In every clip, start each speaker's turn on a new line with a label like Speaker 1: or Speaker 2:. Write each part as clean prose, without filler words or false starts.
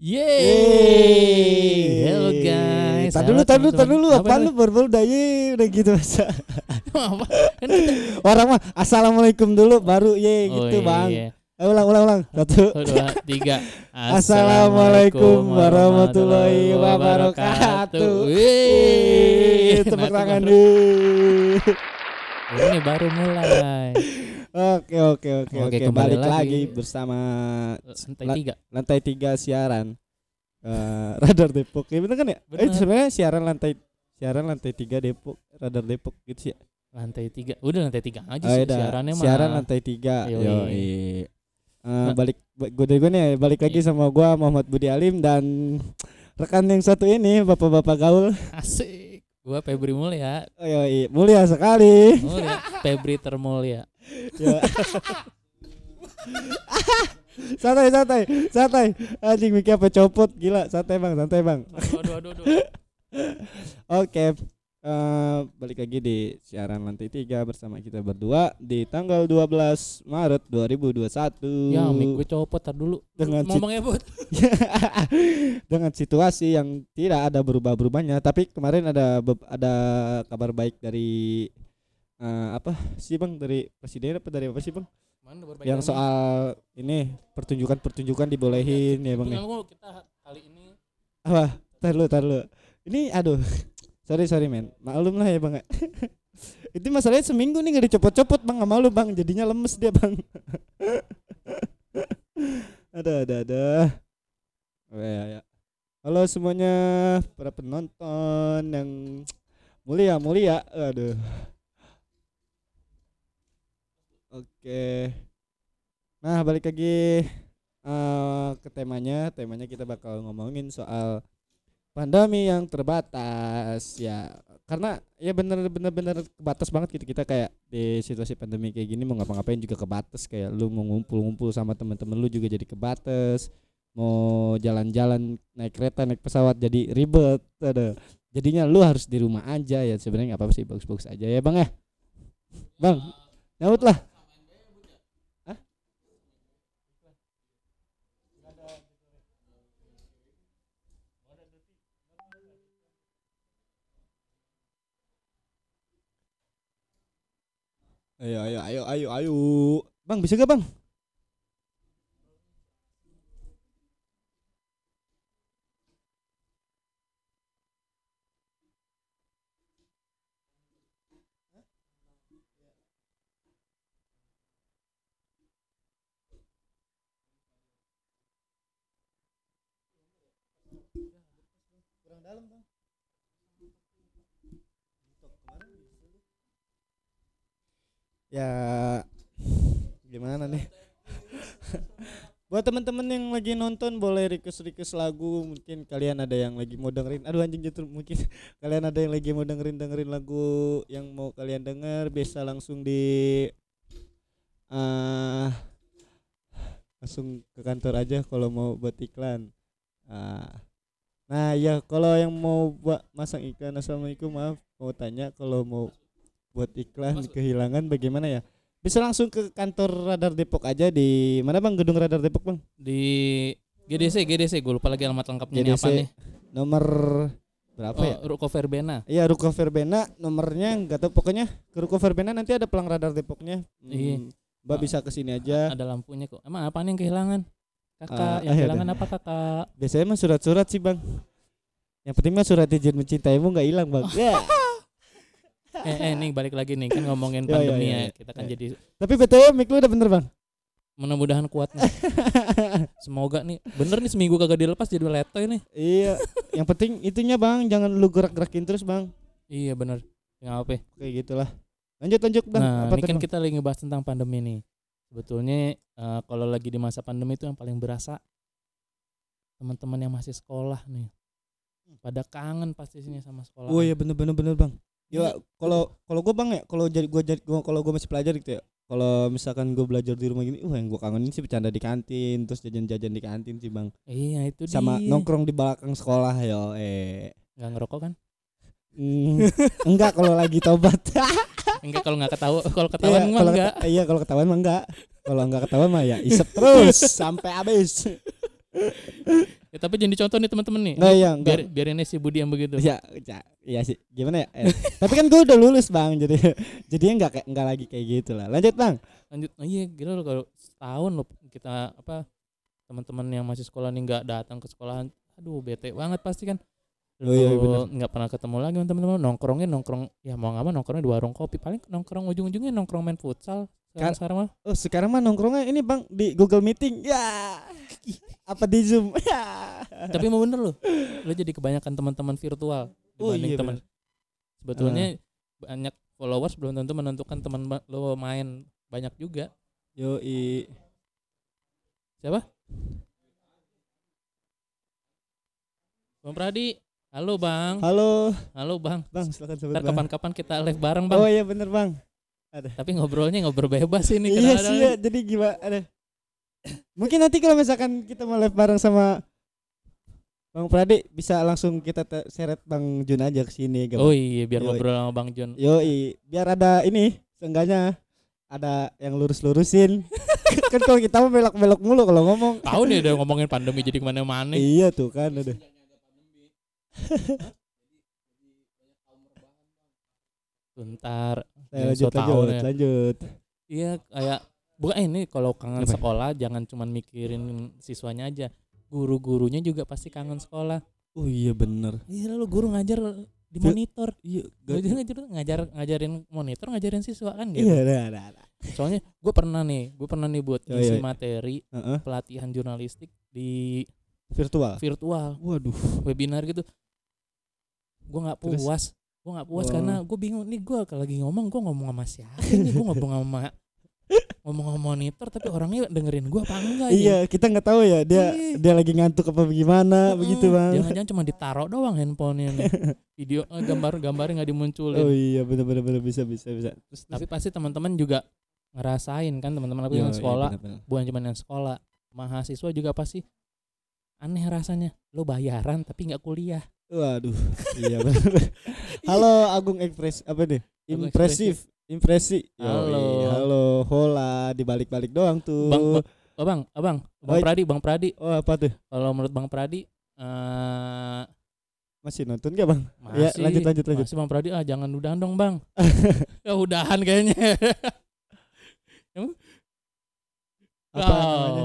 Speaker 1: Yeay. Hello guys.
Speaker 2: Tar dulu. Apa lu baru udah udah gitu masa.
Speaker 1: Apa? Kan kita...
Speaker 2: Orang mah assalamualaikum dulu baru gitu Bang.
Speaker 1: Iya.
Speaker 2: Ulang. 1,
Speaker 1: 2, 3.
Speaker 2: Assalamualaikum warahmatullahi wabarakatuh.
Speaker 1: Wih,
Speaker 2: tepuk tangan
Speaker 1: Ini baru mulai.
Speaker 2: Oke.
Speaker 1: Kembali
Speaker 2: Balik lagi bersama lantai 3 siaran Radar Depok. Ya bener kan ya? Itu sebenarnya siaran lantai 3 Depok, Radar Depok gitu sih.
Speaker 1: Lantai 3. Udah lantai 3 aja sih siarannya mah.
Speaker 2: Siaran lantai 3. Balik lagi sama gua Muhammad Budi Alim dan rekan yang satu ini bapak-bapak gaul.
Speaker 1: Asik. Gua Febri Mulia.
Speaker 2: Mulia sekali.
Speaker 1: Mulia. Febri termulia.
Speaker 2: Santai. Anjing mikir apa copot gila. Santai bang.
Speaker 1: Aduh.
Speaker 2: Oke. Balik lagi di siaran lantai 3 bersama kita berdua di tanggal 12 Maret 2021.
Speaker 1: Ya, mik gue copot tar dulu. Ngomongnya Bud.
Speaker 2: Dengan situasi yang tidak ada berubah-berubahnya, tapi kemarin ada kabar baik dari apa sih Bang, dari presiden apa dari apa sih Bang? Yang soal ini pertunjukan dibolehin ya Bang.
Speaker 1: Kita kali ini
Speaker 2: apa? Tar dulu. Ini aduh. Sorry men, maklum lah ya Bang. Itu masalahnya seminggu nih gak dicopot-copot Bang, gak malu Bang, jadinya lemes dia Bang. Ada. Ya. Halo semuanya para penonton yang mulia. Aduh. Oke. Nah balik lagi ke temanya kita bakal ngomongin soal pandemi yang terbatas ya, karena ya bener kebatas banget gitu. Kita kayak di situasi pandemi kayak gini mau ngapa-ngapain juga kebatas, kayak lu mau ngumpul sama teman-teman lu juga jadi kebatas, mau jalan-jalan naik kereta naik pesawat jadi ribet. Jadinya lu harus di rumah aja ya. Sebenarnya nggak apa-apa sih, bagus-bagus aja ya Bang ya. Bang nyaut lah. Ayo. Bang bisa gak Bang? Kurang dalam Bang. Ya gimana nih? Buat teman-teman yang lagi nonton boleh request lagu, mungkin kalian ada yang lagi mau dengerin. Aduh anjing jatuh, mungkin kalian ada yang lagi mau dengerin lagu yang mau kalian denger, bisa langsung langsung ke kantor aja kalau mau buat iklan. Nah ya kalau yang mau buat masang iklan, assalamualaikum, maaf mau tanya, kalau mau buat iklan kehilangan bagaimana ya? Bisa langsung ke kantor Radar Depok aja. Di mana Bang gedung Radar Depok Bang?
Speaker 1: Di GDC, gue lupa lagi alamat lengkapnya ini apa nih.
Speaker 2: Nomor berapa ya?
Speaker 1: Ruko Verbena.
Speaker 2: Iya Ruko Verbena, nomornya enggak tahu, pokoknya ke Ruko Verbena nanti ada pelang Radar Depoknya. Mbak bisa ke sini aja.
Speaker 1: Ada lampunya kok. Emang apa nih yang kehilangan? Kakak, yang kehilangan apa Kakak?
Speaker 2: Biasanya mah surat-surat sih Bang. Yang penting mah surat izin mencintaimu enggak hilang Bang. Ya.
Speaker 1: Nih balik lagi nih kan ngomongin pandemi ya. Kita kan jadi.
Speaker 2: Tapi BTW mic lu udah bener Bang.
Speaker 1: Mudah-mudahan kuat nih. Semoga nih bener nih, seminggu kagak dilepas jadi letoy nih.
Speaker 2: Iya. Yang penting itunya Bang, jangan lu gerak-gerakin terus Bang.
Speaker 1: Iya bener. Yang apa?
Speaker 2: Kayak gitulah. Lanjut Bang.
Speaker 1: Nah ini kan kita lagi ngebahas tentang pandemi nih. Sebetulnya kalau lagi di masa pandemi itu yang paling berasa teman-teman yang masih sekolah nih. Pada kangen pasti sini sama sekolah.
Speaker 2: Oh iya bener Bang. Ya kalau gue Bang ya, kalau gue masih pelajar gitu ya. Kalau misalkan gue belajar di rumah gini, yang gue kangenin sih bercanda di kantin, terus jajan-jajan di kantin sih Bang.
Speaker 1: Iya itu
Speaker 2: sama dia. Nongkrong di belakang sekolah Nggak
Speaker 1: ngerokok kan?
Speaker 2: Enggak kalau lagi tobat.
Speaker 1: Enggak kalau nggak ketahuan mah enggak.
Speaker 2: Iya kalau ketahuan mah enggak. Kalau enggak ketahuan mah ya isep terus sampai habis.
Speaker 1: Ya, tapi jangan dicontoh nih teman-teman nih.
Speaker 2: Nggak, iya,
Speaker 1: Biar
Speaker 2: enggak.
Speaker 1: biarin aja si Budi yang begitu.
Speaker 2: Iya sih. Gimana ya? Tapi kan gue udah lulus bang, jadinya nggak lagi kayak gitu lah. Lanjut bang.
Speaker 1: Lanjut. Iya, gila lo kalau setahun lo kita teman-teman yang masih sekolah nih nggak datang ke sekolahan. Aduh, bete banget pasti kan.
Speaker 2: Oh iya,
Speaker 1: Lo
Speaker 2: bener.
Speaker 1: nggak pernah ketemu lagi sama teman-teman, nongkrong ya mau nggak mau nongkrongnya di warung kopi, paling nongkrong ujung-ujungnya nongkrong main futsal sekarang mah.
Speaker 2: Oh sekarang mah nongkrongnya ini bang di Google Meeting ya. Apa di Zoom ya.
Speaker 1: Tapi mau bener lo jadi kebanyakan teman-teman virtual
Speaker 2: Oh
Speaker 1: dibanding
Speaker 2: iya
Speaker 1: teman. Sebetulnya banyak followers belum tentu menentukan teman lo main banyak juga.
Speaker 2: Yoi.
Speaker 1: Siapa? Bang Pradi. Halo bang.
Speaker 2: Halo
Speaker 1: Bang.
Speaker 2: bang, silakan sebut
Speaker 1: Ntar
Speaker 2: bang.
Speaker 1: kapan-kapan kita live bareng bang.
Speaker 2: Oh iya bener bang.
Speaker 1: Tapi ngobrolnya ngobrol bebas ini
Speaker 2: Iya
Speaker 1: kadang-kadang.
Speaker 2: sih ya, jadi gimana? Mungkin nanti kalau misalkan kita mau live bareng sama Bang Pradi bisa langsung kita seret Bang Jun aja ke sini.
Speaker 1: Oh iya, biar
Speaker 2: Yoi.
Speaker 1: ngobrol sama Bang Jun.
Speaker 2: Yoi, biar ada ini, seenggaknya ada yang lurus-lurusin. Kan kalau kita mah belok-belok mulu kalau ngomong.
Speaker 1: Tahu nih udah ngomongin pandemi jadi kemana-mana.
Speaker 2: Iya tuh kan ada.
Speaker 1: Bentar.
Speaker 2: Lanjut.
Speaker 1: Iya, kayak bukan ini kalau kangen
Speaker 2: Apa?
Speaker 1: sekolah jangan cuman mikirin siswanya aja. Guru-gurunya juga pasti kangen sekolah.
Speaker 2: Oh iya bener.
Speaker 1: Iya, lu guru ngajar di monitor.
Speaker 2: Iya.
Speaker 1: Ngajarin monitor, ngajarin siswa kan gitu.
Speaker 2: Iya, ada.
Speaker 1: Soalnya gue pernah nih buat isi
Speaker 2: Iya.
Speaker 1: materi pelatihan jurnalistik di
Speaker 2: Virtual.
Speaker 1: virtual,
Speaker 2: Waduh.
Speaker 1: webinar gitu. Gue nggak
Speaker 2: Terus?
Speaker 1: puas.
Speaker 2: Oh.
Speaker 1: Karena gue bingung nih, gue kalau lagi ngomong sama siapa nih, gue ngomong sama monitor tapi orangnya dengerin gue apa enggak ya?
Speaker 2: Iya, kita nggak tahu ya
Speaker 1: Iya.
Speaker 2: dia lagi ngantuk apa gimana begitu bang.
Speaker 1: Jangan-jangan cuma ditaruh doang handphonenya nih. Video gambarnya nggak dimunculin.
Speaker 2: Oh iya benar bisa. Terus.
Speaker 1: Tapi pasti teman-teman juga ngerasain kan, teman-teman aku yang
Speaker 2: Iya,
Speaker 1: sekolah,
Speaker 2: bener.
Speaker 1: bukan cuma yang sekolah, mahasiswa juga pasti aneh rasanya. Lo bayaran tapi nggak kuliah.
Speaker 2: Waduh, iya benar. Halo Agung apa nih?
Speaker 1: Agung
Speaker 2: Impresi.
Speaker 1: Halo.
Speaker 2: Hola, dibalik-balik doang tuh.
Speaker 1: Bang
Speaker 2: Oi.
Speaker 1: Pradi.
Speaker 2: Oh apa tuh?
Speaker 1: Kalau menurut Bang Pradi,
Speaker 2: Masih nonton gak bang? Ya
Speaker 1: masih
Speaker 2: lanjut.
Speaker 1: Masih Bang Pradi, jangan udahan dong bang. Ya udahan kayaknya.
Speaker 2: Apa namanya?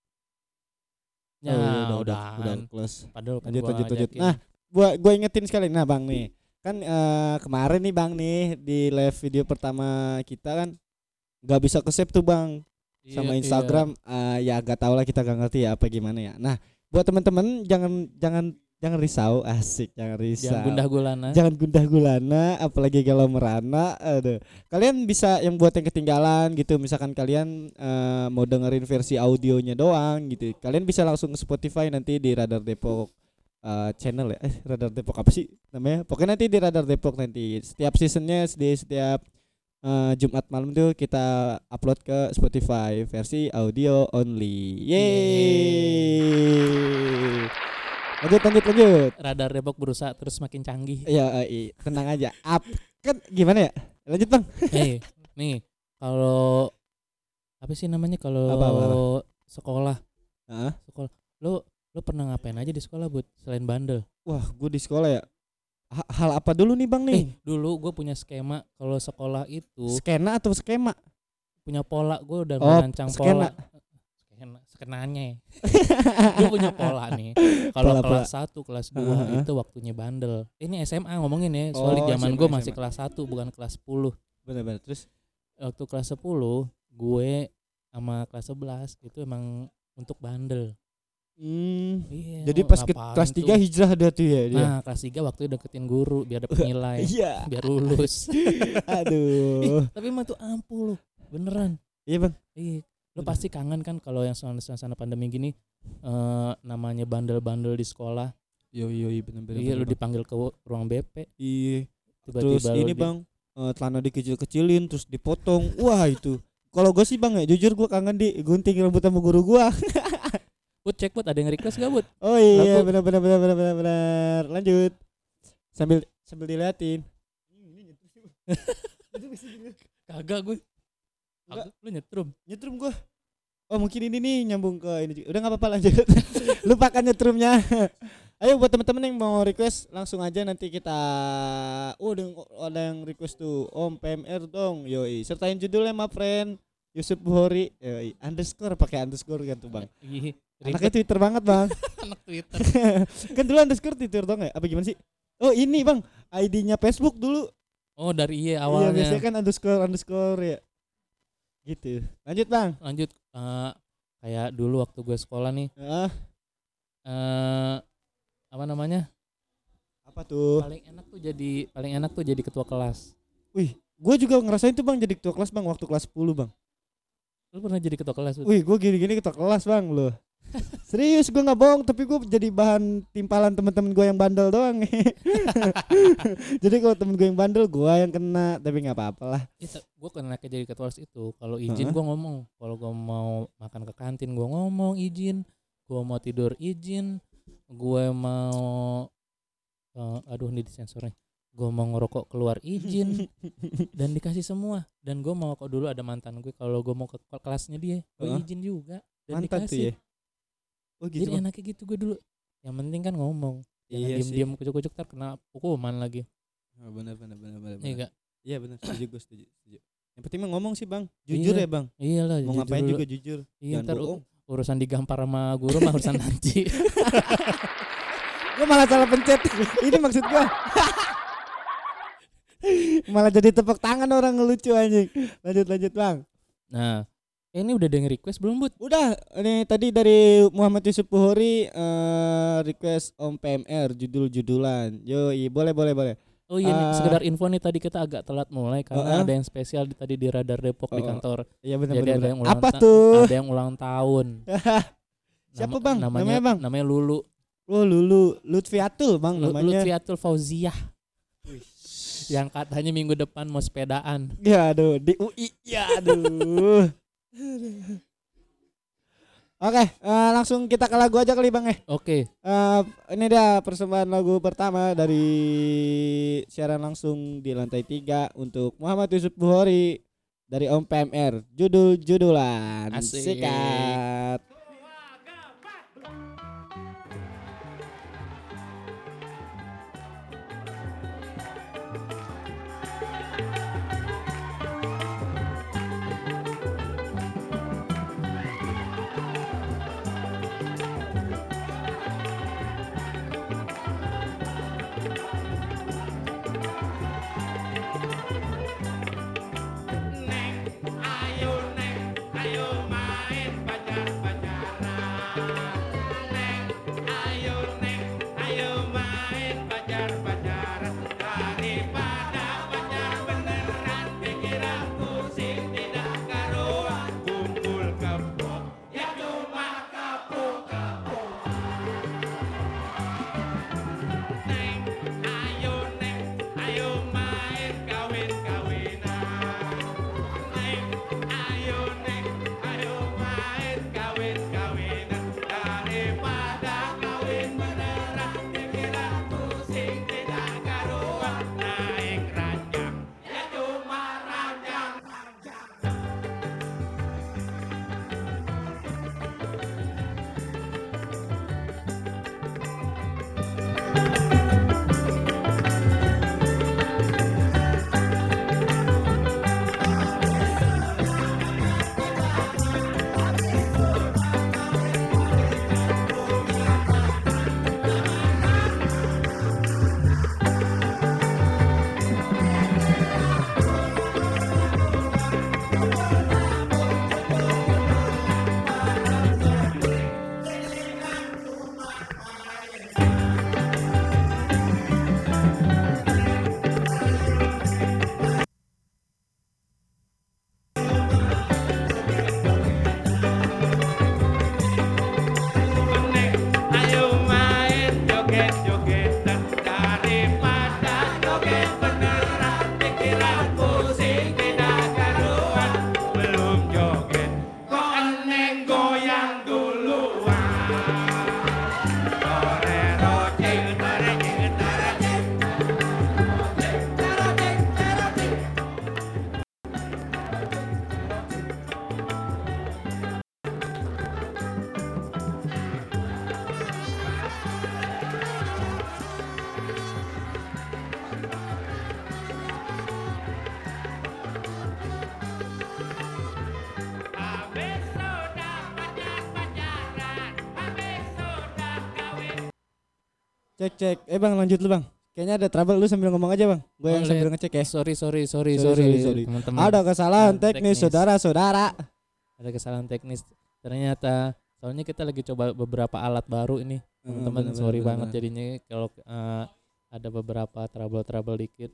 Speaker 1: Ya
Speaker 2: udah
Speaker 1: udahan.
Speaker 2: close.
Speaker 1: Padahal kan
Speaker 2: Lanjut.
Speaker 1: gua ajakin.
Speaker 2: Nah, gua ingetin sekali. Nah bang nih, kan kemarin nih bang nih di live video pertama kita kan nggak bisa ke save tuh bang. Sama
Speaker 1: Iya,
Speaker 2: Instagram ya gak tau lah, kita gak ngerti ya apa gimana ya. Nah buat teman-teman jangan risau, asik, jangan risau, jangan gundah gulana apalagi kalau merana. Aduh, kalian bisa yang buat yang ketinggalan gitu, misalkan kalian mau dengerin versi audionya doang gitu, kalian bisa langsung ke Spotify nanti di Radar Depok channel ya. Radar Depok apa sih namanya, pokoknya nanti di Radar Depok nanti setiap seasonnya di setiap Jumat malam tuh kita upload ke Spotify versi audio only. Yeay. Lanjut.
Speaker 1: Radar Depok berusaha terus makin canggih.
Speaker 2: Ya, tenang aja. Kan gimana ya? Lanjut bang.
Speaker 1: Nih kalau apa sih namanya kalau
Speaker 2: Apa?
Speaker 1: sekolah,
Speaker 2: Hah?
Speaker 1: sekolah, lo pernah ngapain aja di sekolah buat selain bandel?
Speaker 2: Wah, gue di sekolah ya. Hal apa dulu nih bang nih?
Speaker 1: Dulu gue punya skema kalau sekolah itu
Speaker 2: Skena atau skema?
Speaker 1: punya pola, gue udah
Speaker 2: Oh,
Speaker 1: merancang
Speaker 2: skena.
Speaker 1: skenanya. Gue punya pola nih. Kalau
Speaker 2: Pola.
Speaker 1: kelas 1, kelas 2 itu waktunya bandel. Ini SMA ngomongin ya, soalnya
Speaker 2: Oh,
Speaker 1: zaman
Speaker 2: SMA.
Speaker 1: gue masih kelas 1 bukan kelas 10.
Speaker 2: Benar. Terus
Speaker 1: Waktu kelas 10 gue sama kelas 11 itu emang untuk bandel. Iya,
Speaker 2: jadi pas
Speaker 1: ngapain
Speaker 2: kelas 3
Speaker 1: tuh?
Speaker 2: hijrah ada tuh ya dia.
Speaker 1: Nah, kelas 3 waktu deketin guru biar dapet nilai,
Speaker 2: Iya.
Speaker 1: biar lulus.
Speaker 2: Aduh.
Speaker 1: Tapi emang tuh ampuh loh, beneran.
Speaker 2: Iya bang.
Speaker 1: Lo pasti kangen kan kalau yang suasana pandemi gini, namanya bandel-bandel di sekolah.
Speaker 2: Yoi benar.
Speaker 1: Iya, lo dipanggil ke ruang BP.
Speaker 2: Iya.
Speaker 1: Tiba-tiba
Speaker 2: Terus ini bang, celana dikecil-kecilin terus dipotong. Wah itu. Kalau gue sih bang ya, jujur gue kangen di gunting rambut sama guru gue.
Speaker 1: Cek ada yang request gak Bud?
Speaker 2: Oh iya,
Speaker 1: Aku-
Speaker 2: benar. Lanjut. Sambil diliatin.
Speaker 1: Kagak gue.
Speaker 2: Enggak.
Speaker 1: Lu nyetrum.
Speaker 2: Nyetrum gue. Oh mungkin ini nih nyambung ke ini juga. Udah nggak apa-apa lanjut. Lupakan nyetrumnya. Ayo buat teman-teman yang mau request langsung aja nanti kita. Oh ada yang request tuh Om PMR dong. Yoi sertain judulnya my friend Yusuf Buhori. Yoi underscore pakai underscore kan tuh bang.
Speaker 1: Ih,
Speaker 2: Anaknya
Speaker 1: ribet.
Speaker 2: Twitter banget bang.
Speaker 1: Anak Twitter.
Speaker 2: Kan dulu underscore Twitter dong ya? Apa gimana sih? Oh ini bang ID-nya Facebook dulu.
Speaker 1: Oh dari
Speaker 2: Iya
Speaker 1: awalnya.
Speaker 2: biasanya kan underscore ya. Gitu. Lanjut bang.
Speaker 1: Lanjut kayak dulu waktu gue sekolah nih
Speaker 2: Ah,
Speaker 1: apa namanya?
Speaker 2: apa tuh?
Speaker 1: Paling enak tuh jadi ketua kelas.
Speaker 2: Wih, gue juga ngerasain tuh bang jadi ketua kelas bang waktu kelas 10 bang.
Speaker 1: Lu pernah jadi ketua kelas? Bud?
Speaker 2: Wih, gue gini-gini ketua kelas bang loh. Serius gue nggak bohong, tapi gue jadi bahan timpalan teman-teman gue yang bandel doang. Jadi kalau temen gue yang bandel, gue yang kena, tapi nggak apa-apa lah.
Speaker 1: Gue kena jadi ketua kelas itu. Kalau izin
Speaker 2: Heeh.
Speaker 1: gue ngomong. Kalau gue mau makan ke kantin gue ngomong izin. Gue mau tidur izin. Gue mau aduh ini disensornya. Gue mau ngerokok keluar izin dan dikasih semua. Dan gue mau kok dulu ada mantan gue kalau gue mau ke kelasnya dia, gue
Speaker 2: Heeh.
Speaker 1: izin juga dan
Speaker 2: Mantap tuh
Speaker 1: dikasih.
Speaker 2: ya. Oh gitu
Speaker 1: Jadi
Speaker 2: bang.
Speaker 1: enaknya gitu gue dulu. Yang penting kan ngomong. Jangan
Speaker 2: Iya sih.
Speaker 1: diem-diem kucuk-kucuk ntar kena hukuman lagi.
Speaker 2: Oh, benar.
Speaker 1: Iya gak?
Speaker 2: Iya benar, setuju gue setuju. Yang penting mah ngomong sih bang, jujur
Speaker 1: Iya.
Speaker 2: ya bang.
Speaker 1: Iyalah.
Speaker 2: Mau
Speaker 1: jujur
Speaker 2: ngapain
Speaker 1: dulu.
Speaker 2: juga jujur.
Speaker 1: Iya
Speaker 2: Jangan
Speaker 1: ntar
Speaker 2: bohong.
Speaker 1: urusan digampar sama guru mah urusan nanti.
Speaker 2: Gue malah salah pencet. Ini maksud gue. Malah jadi tepuk tangan orang ngelucu anjing. Lanjut bang.
Speaker 1: Nah, ini udah ada yang request belum, Bud?
Speaker 2: Udah, ini tadi dari Muhammad Yusuf Buhori request Om PMR judul-judulan. Yoi, boleh.
Speaker 1: Oh iya, nih, sekedar info nih tadi kita agak telat mulai karena ada yang spesial tadi di Radar Depok di kantor.
Speaker 2: Iya
Speaker 1: Jadi ada yang ulang
Speaker 2: Apa tuh?
Speaker 1: Ada yang ulang tahun.
Speaker 2: Siapa, Bang?
Speaker 1: Namanya
Speaker 2: Namanya, Bang?
Speaker 1: Namanya Lulu.
Speaker 2: Oh Lulu, Lutfiatul bang namanya.
Speaker 1: Lutfiatul Fauziah. Yang katanya minggu depan mau sepedaan.
Speaker 2: Ya aduh di UI ya aduh. Oke, langsung kita ke lagu aja kali bang
Speaker 1: Oke.
Speaker 2: Ini dia persembahan lagu pertama dari siaran langsung di lantai 3 untuk Muhammad Yusuf Buhori dari Om PMR. Judul-judulan.
Speaker 1: Asik.
Speaker 2: Sikat.
Speaker 3: Ayo main pacar-pacaran.
Speaker 2: Cek. Bang lanjut lu bang. Kayaknya ada trouble, lu sambil ngomong aja bang. Gue yang
Speaker 1: Boleh.
Speaker 2: sambil ngecek ya.
Speaker 1: Sorry
Speaker 2: Sorry.
Speaker 1: teman-teman.
Speaker 2: Ada kesalahan teknis
Speaker 1: Teknis.
Speaker 2: saudara-saudara.
Speaker 1: Ada kesalahan teknis ternyata, soalnya kita lagi coba beberapa alat baru ini teman-teman.
Speaker 2: bener,
Speaker 1: Sorry
Speaker 2: bener,
Speaker 1: banget
Speaker 2: bener.
Speaker 1: jadinya kalau ada beberapa trouble dikit.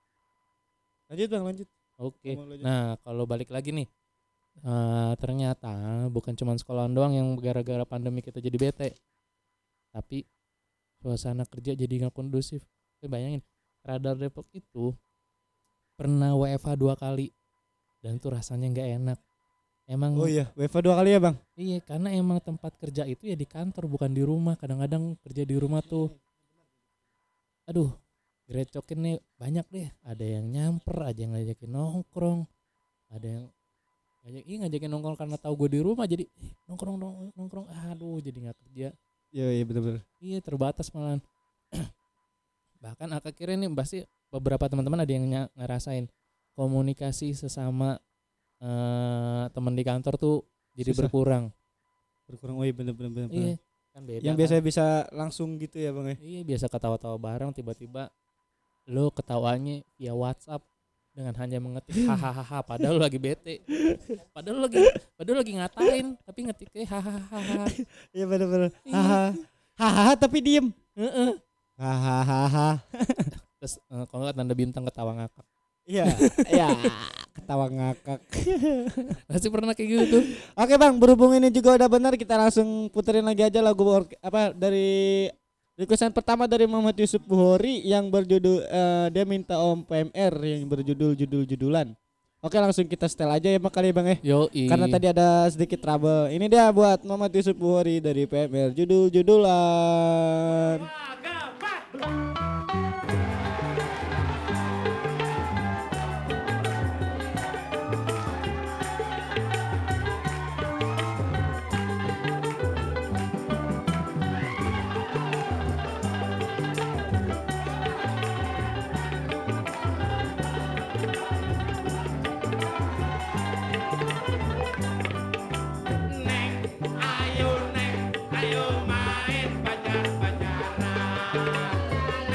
Speaker 2: Lanjut.
Speaker 1: Oke.
Speaker 2: Ngomong lu aja.
Speaker 1: Nah kalau balik lagi nih, ternyata bukan cuma sekolahan doang yang gara-gara pandemi kita jadi bete, tapi suasana kerja jadi nggak kondusif. Bayangin, Radar Depok itu pernah WFH 2 kali dan itu rasanya nggak enak. Emang
Speaker 2: Oh iya, WFH 2 kali ya bang.
Speaker 1: iya, karena emang tempat kerja itu ya di kantor bukan di rumah. Kadang-kadang kerja di rumah tuh, aduh, grecokin nih banyak deh. Ada yang nyamper, ada yang ngajakin nongkrong, ada yang ngajakin nongkrong karena tahu gue di rumah jadi nongkrong. Aduh, jadi nggak kerja.
Speaker 2: Iya bener.
Speaker 1: Iya, terbatas malahan. Bahkan akhirnya nih pasti beberapa teman-teman ada yang ngerasain komunikasi sesama teman di kantor tuh jadi
Speaker 2: Susah.
Speaker 1: berkurang.
Speaker 2: Oh iya bener.
Speaker 1: Iya, kan beda.
Speaker 2: Yang
Speaker 1: kan.
Speaker 2: biasanya bisa langsung gitu ya bang ya.
Speaker 1: Iya, biasa ketawa-tawa bareng, tiba-tiba lo ketawanya via WhatsApp dengan hanya mengetik hahaha padahal lo lagi bete. Padahal lagi ngatain tapi ngetiknya hahaha.
Speaker 2: Iya bener.
Speaker 1: Iya.
Speaker 2: Hahaha tapi diem.
Speaker 1: Heeh.
Speaker 2: Hahaha.
Speaker 1: Terus kalau nggak tanda bintang ketawa ngakak.
Speaker 2: Iya, ketawa ngakak.
Speaker 1: Pasti pernah kayak gitu tuh.
Speaker 2: Oke bang, berhubung ini juga udah benar, kita langsung puterin lagi aja lagu dari requestan pertama dari Muhammad Yusuf Buhori yang berjudul dia minta Om PMR yang berjudul judulan. Oke, langsung kita setel aja ya bang kali ya bang ya.
Speaker 1: Yoi.
Speaker 2: Karena tadi ada sedikit trouble. Ini dia buat Muhammad Yusuf Buhori dari PMR judulan.
Speaker 3: Neng, ayo main pacar-pacaran.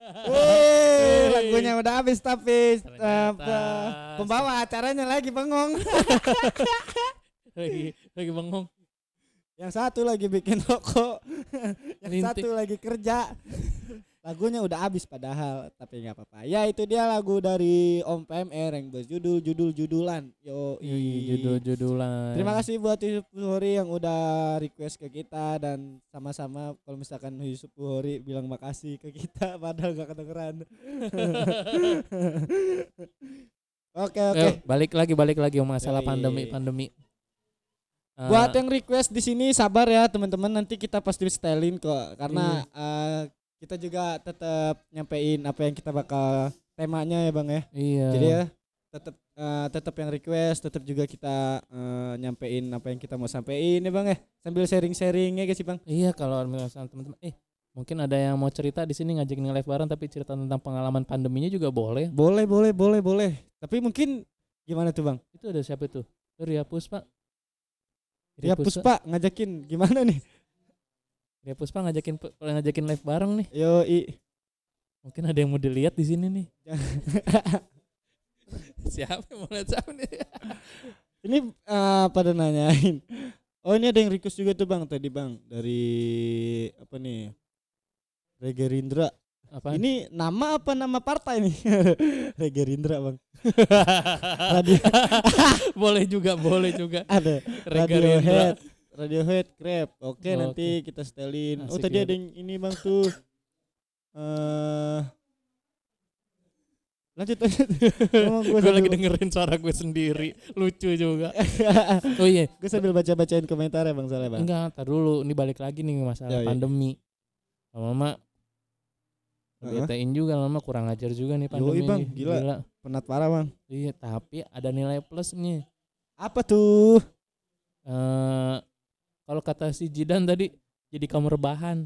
Speaker 2: Lagunya udah habis tapi
Speaker 1: Ternyata
Speaker 2: pembawa acaranya lagi bengong.
Speaker 1: lagi bengong.
Speaker 2: Yang satu lagi bikin rokok, yang
Speaker 1: Rintik.
Speaker 2: satu lagi kerja. Lagunya udah habis padahal, tapi nggak apa-apa. Ya itu dia lagu dari Om PMR yang berjudul-judulan.
Speaker 1: Judul-judulan.
Speaker 2: Terima kasih buat Yusuf Buhori yang udah request ke kita, dan sama-sama kalau misalkan Yusuf Buhori bilang makasih ke kita padahal gak kedengeran. Oke.
Speaker 1: Balik lagi masalah
Speaker 2: Yoi.
Speaker 1: pandemi.
Speaker 2: Buat yang request di sini sabar ya teman-teman, nanti kita pasti setelin kok karena kita juga tetap nyampein apa yang kita bakal temanya ya Bang ya.
Speaker 1: Iya.
Speaker 2: Jadi ya tetap yang request, tetap juga kita nyampein apa yang kita mau sampein ya Bang ya. Sambil sharing-sharing ya guys sih Bang.
Speaker 1: Iya, kalau misalnya teman-teman mungkin ada yang mau cerita di sini ngajakin live bareng tapi cerita tentang pengalaman pandeminya juga boleh.
Speaker 2: Boleh. Tapi mungkin gimana tuh Bang?
Speaker 1: Itu ada siapa itu? Ria Puspa.
Speaker 2: Ya Puspa ngajakin gimana nih?
Speaker 1: Ria Puspa ngajakin live bareng nih.
Speaker 2: Yoi.
Speaker 1: Mungkin ada yang mau dilihat di sini nih. Siapa yang mau lihat siapa nih?
Speaker 2: Ini pada nanyain. Oh ini ada yang request juga tuh Bang tadi Bang dari apa nih? Regerindra.
Speaker 1: Apa?
Speaker 2: Ini nama apa nama partai nih? Regerindra Bang. Radio
Speaker 1: boleh juga.
Speaker 2: ada
Speaker 1: Regerindra.
Speaker 2: Radiohead Grab. Oke, nanti kita setelin.
Speaker 1: Asik
Speaker 2: Tadi
Speaker 1: ya.
Speaker 2: ada yang ini Bang tuh. Lanjut.
Speaker 1: Gue lagi dengerin suara gue sendiri, lucu juga. Oh iya,
Speaker 2: Gue sambil baca-bacain komentar ya Bang Saleh Bang.
Speaker 1: enggak, tar dulu. Ini balik lagi nih masalah
Speaker 2: Ya, iya.
Speaker 1: pandemi. Mama betain juga, Mama kurang ajar juga nih pandemi.
Speaker 2: Yoi, Bang,
Speaker 1: nih.
Speaker 2: gila. Penat parah Bang.
Speaker 1: Iya, tapi ada nilai plusnya.
Speaker 2: Apa tuh?
Speaker 1: Kalau kata si Jidan tadi, jadi kamu rebahan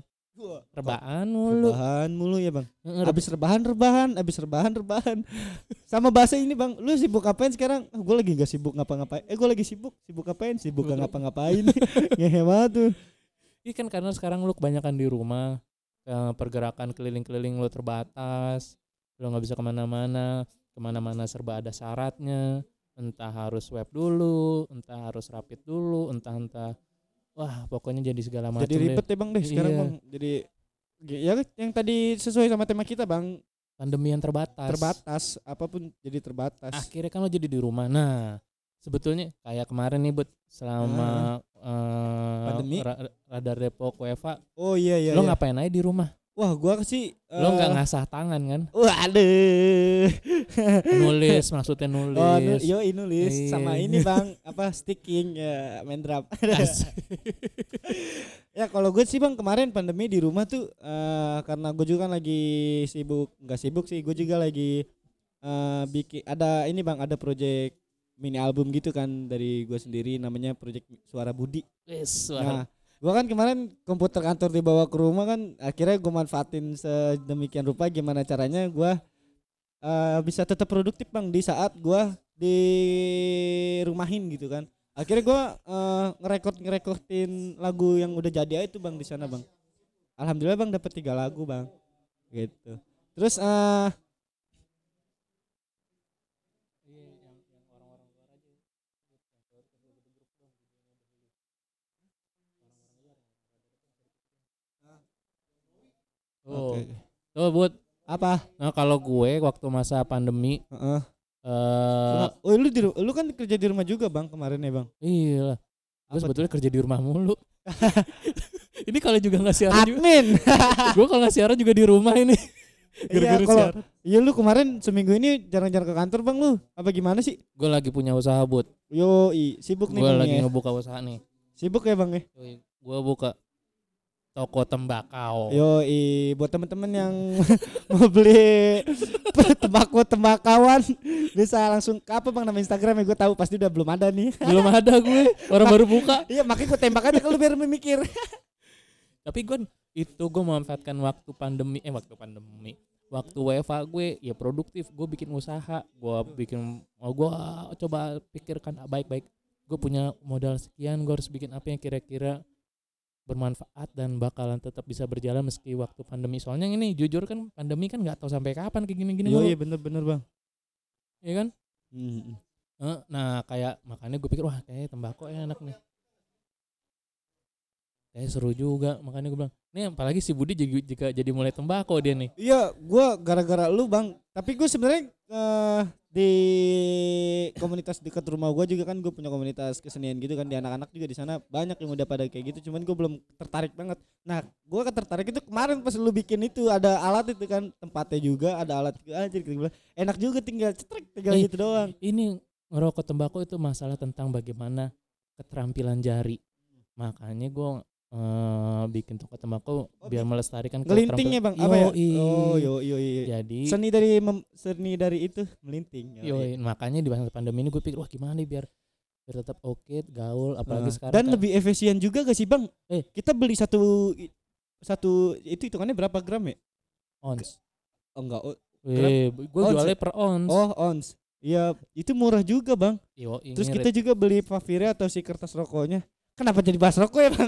Speaker 1: mulu.
Speaker 2: Ya Bang. Abis rebahan. Sama bahasa ini Bang. Lu sibuk ngapain sekarang? Gue lagi gak sibuk ngapa-ngapain. Gue lagi sibuk ngapain? Sibuk gak ngapa-ngapain. Ngehe banget tuh.
Speaker 1: Iya kan karena sekarang lu kebanyakan di rumah, pergerakan keliling-keliling lu terbatas, lu nggak bisa kemana-mana serba ada syaratnya, entah harus swab dulu, entah harus rapid dulu, entah wah pokoknya jadi segala macam.
Speaker 2: Jadi ribet ya Bang deh sekarang
Speaker 1: Iya.
Speaker 2: Bang. Jadi ya yang tadi sesuai sama tema kita Bang.
Speaker 1: Pandemi yang
Speaker 2: Terbatas, apapun jadi terbatas.
Speaker 1: Akhirnya kan lo jadi di rumah. Nah, sebetulnya kayak kemarin nih Bud, selama
Speaker 2: Pandemi.
Speaker 1: Radar Depok WFA,
Speaker 2: Oh iya.
Speaker 1: lo ngapain aja di rumah?
Speaker 2: Wah, gua sih
Speaker 1: Lo nggak ngasah tangan kan?
Speaker 2: Waduh.
Speaker 1: Nulis, maksudnya nulis.
Speaker 2: Oh, nulis
Speaker 1: Iya.
Speaker 2: sama ini Bang, apa sticking ya, main drum.
Speaker 1: Asik.
Speaker 2: Ya kalau gue sih Bang kemarin pandemi di rumah tuh karena gue juga kan lagi nggak sibuk sih, gue juga lagi bikin ada ini Bang, ada project mini album gitu kan dari gue sendiri, namanya project Suara Budi. Nah, gue kan kemarin komputer kantor dibawa ke rumah kan, akhirnya gue manfaatin sedemikian rupa gimana caranya gue bisa tetap produktif Bang di saat gue di rumahin gitu kan. Akhirnya gue ngerekodin lagu yang udah jadi aja tuh Bang di sana Bang. Alhamdulillah Bang dapat 3 lagu Bang. Gitu. Terus
Speaker 1: Oh,
Speaker 2: Oke.
Speaker 1: tuh Bud.
Speaker 2: Apa?
Speaker 1: Nah kalau gue waktu masa pandemi,
Speaker 2: Lu kan kerja di rumah juga Bang kemarin ya Bang.
Speaker 1: iya, gue
Speaker 2: Apa
Speaker 1: sebetulnya kerja di rumah mulu. Ini kalau juga nggak siaran juga,
Speaker 2: Admin.
Speaker 1: gue kalau nggak siaran juga di rumah ini.
Speaker 2: Iya
Speaker 1: Gara-gara
Speaker 2: kalau
Speaker 1: siaran.
Speaker 2: iya lu kemarin seminggu ini jarang-jarang ke kantor Bang lu. Apa gimana sih?
Speaker 1: Gue lagi punya usaha Bud.
Speaker 2: Sibuk nih
Speaker 1: Gue
Speaker 2: Bang
Speaker 1: lagi
Speaker 2: ya.
Speaker 1: ngebuka usaha nih.
Speaker 2: Sibuk ya Bang ya.
Speaker 1: Gue buka toko tembakau.
Speaker 2: Buat temen-temen yang mau beli tembakauan bisa langsung ke apa Bang nama Instagram ya, gue tahu pasti udah belum ada nih.
Speaker 1: Belum ada gue, orang baru buka.
Speaker 2: Iya makanya gue tembak aja kalau biar memikir.
Speaker 1: Tapi gue memanfaatkan waktu pandemi, waktu WFA gue ya produktif. Gue bikin usaha, gue coba pikirkan baik-baik. Gue punya modal sekian, gue harus bikin apa yang kira-kira bermanfaat dan bakalan tetap bisa berjalan meski waktu pandemi. Soalnya ini jujur kan pandemi kan nggak tahu sampai kapan kayak gini-gini
Speaker 2: Yo,
Speaker 1: mulu,
Speaker 2: iya bener-bener bang.
Speaker 1: ya kan?
Speaker 2: Hmm.
Speaker 1: Nah kayak makanya gue pikir wah kayak tembakau enak nih, kayak seru juga, makanya gue bilang nih apalagi si Budi jika jadi mulai tembakau dia nih.
Speaker 2: Iya, gue gara-gara lu bang. Tapi gue sebenarnya di komunitas dekat rumah gue juga kan, gue punya komunitas kesenian gitu kan, di anak-anak juga di sana banyak yang udah pada kayak gitu. Cuman gue belum tertarik banget. Nah, gue tertarik itu kemarin pas lu bikin itu, ada alat itu kan, tempatnya juga ada alat juga aja. Gitu. Enak juga tinggal cetrek, tinggal gitu doang.
Speaker 1: Ini ngerokok tembakau itu masalah tentang bagaimana keterampilan jari. Makanya gue bikin toko tembakau biar melestarikan
Speaker 2: Ngelinting ya bang, apa ya?
Speaker 1: Yoi.
Speaker 2: Oh yo.
Speaker 1: Jadi
Speaker 2: Seni dari itu melinting.
Speaker 1: yoi, makanya di masa pandemi ini gue pikir wah gimana nih biar tetap oke, gaul, apalagi sekarang
Speaker 2: Dan
Speaker 1: kan,
Speaker 2: lebih efisien juga gak sih bang? Kita beli satu itu hitungannya berapa gram ya?
Speaker 1: ons.
Speaker 2: Oh enggak.
Speaker 1: Gue
Speaker 2: Ons.
Speaker 1: jualnya per ons.
Speaker 2: Oh ons. Iya itu murah juga bang.
Speaker 1: Yoi,
Speaker 2: Terus
Speaker 1: ini
Speaker 2: kita juga beli Favira atau si kertas rokoknya. Kenapa jadi bahas rokok ya bang?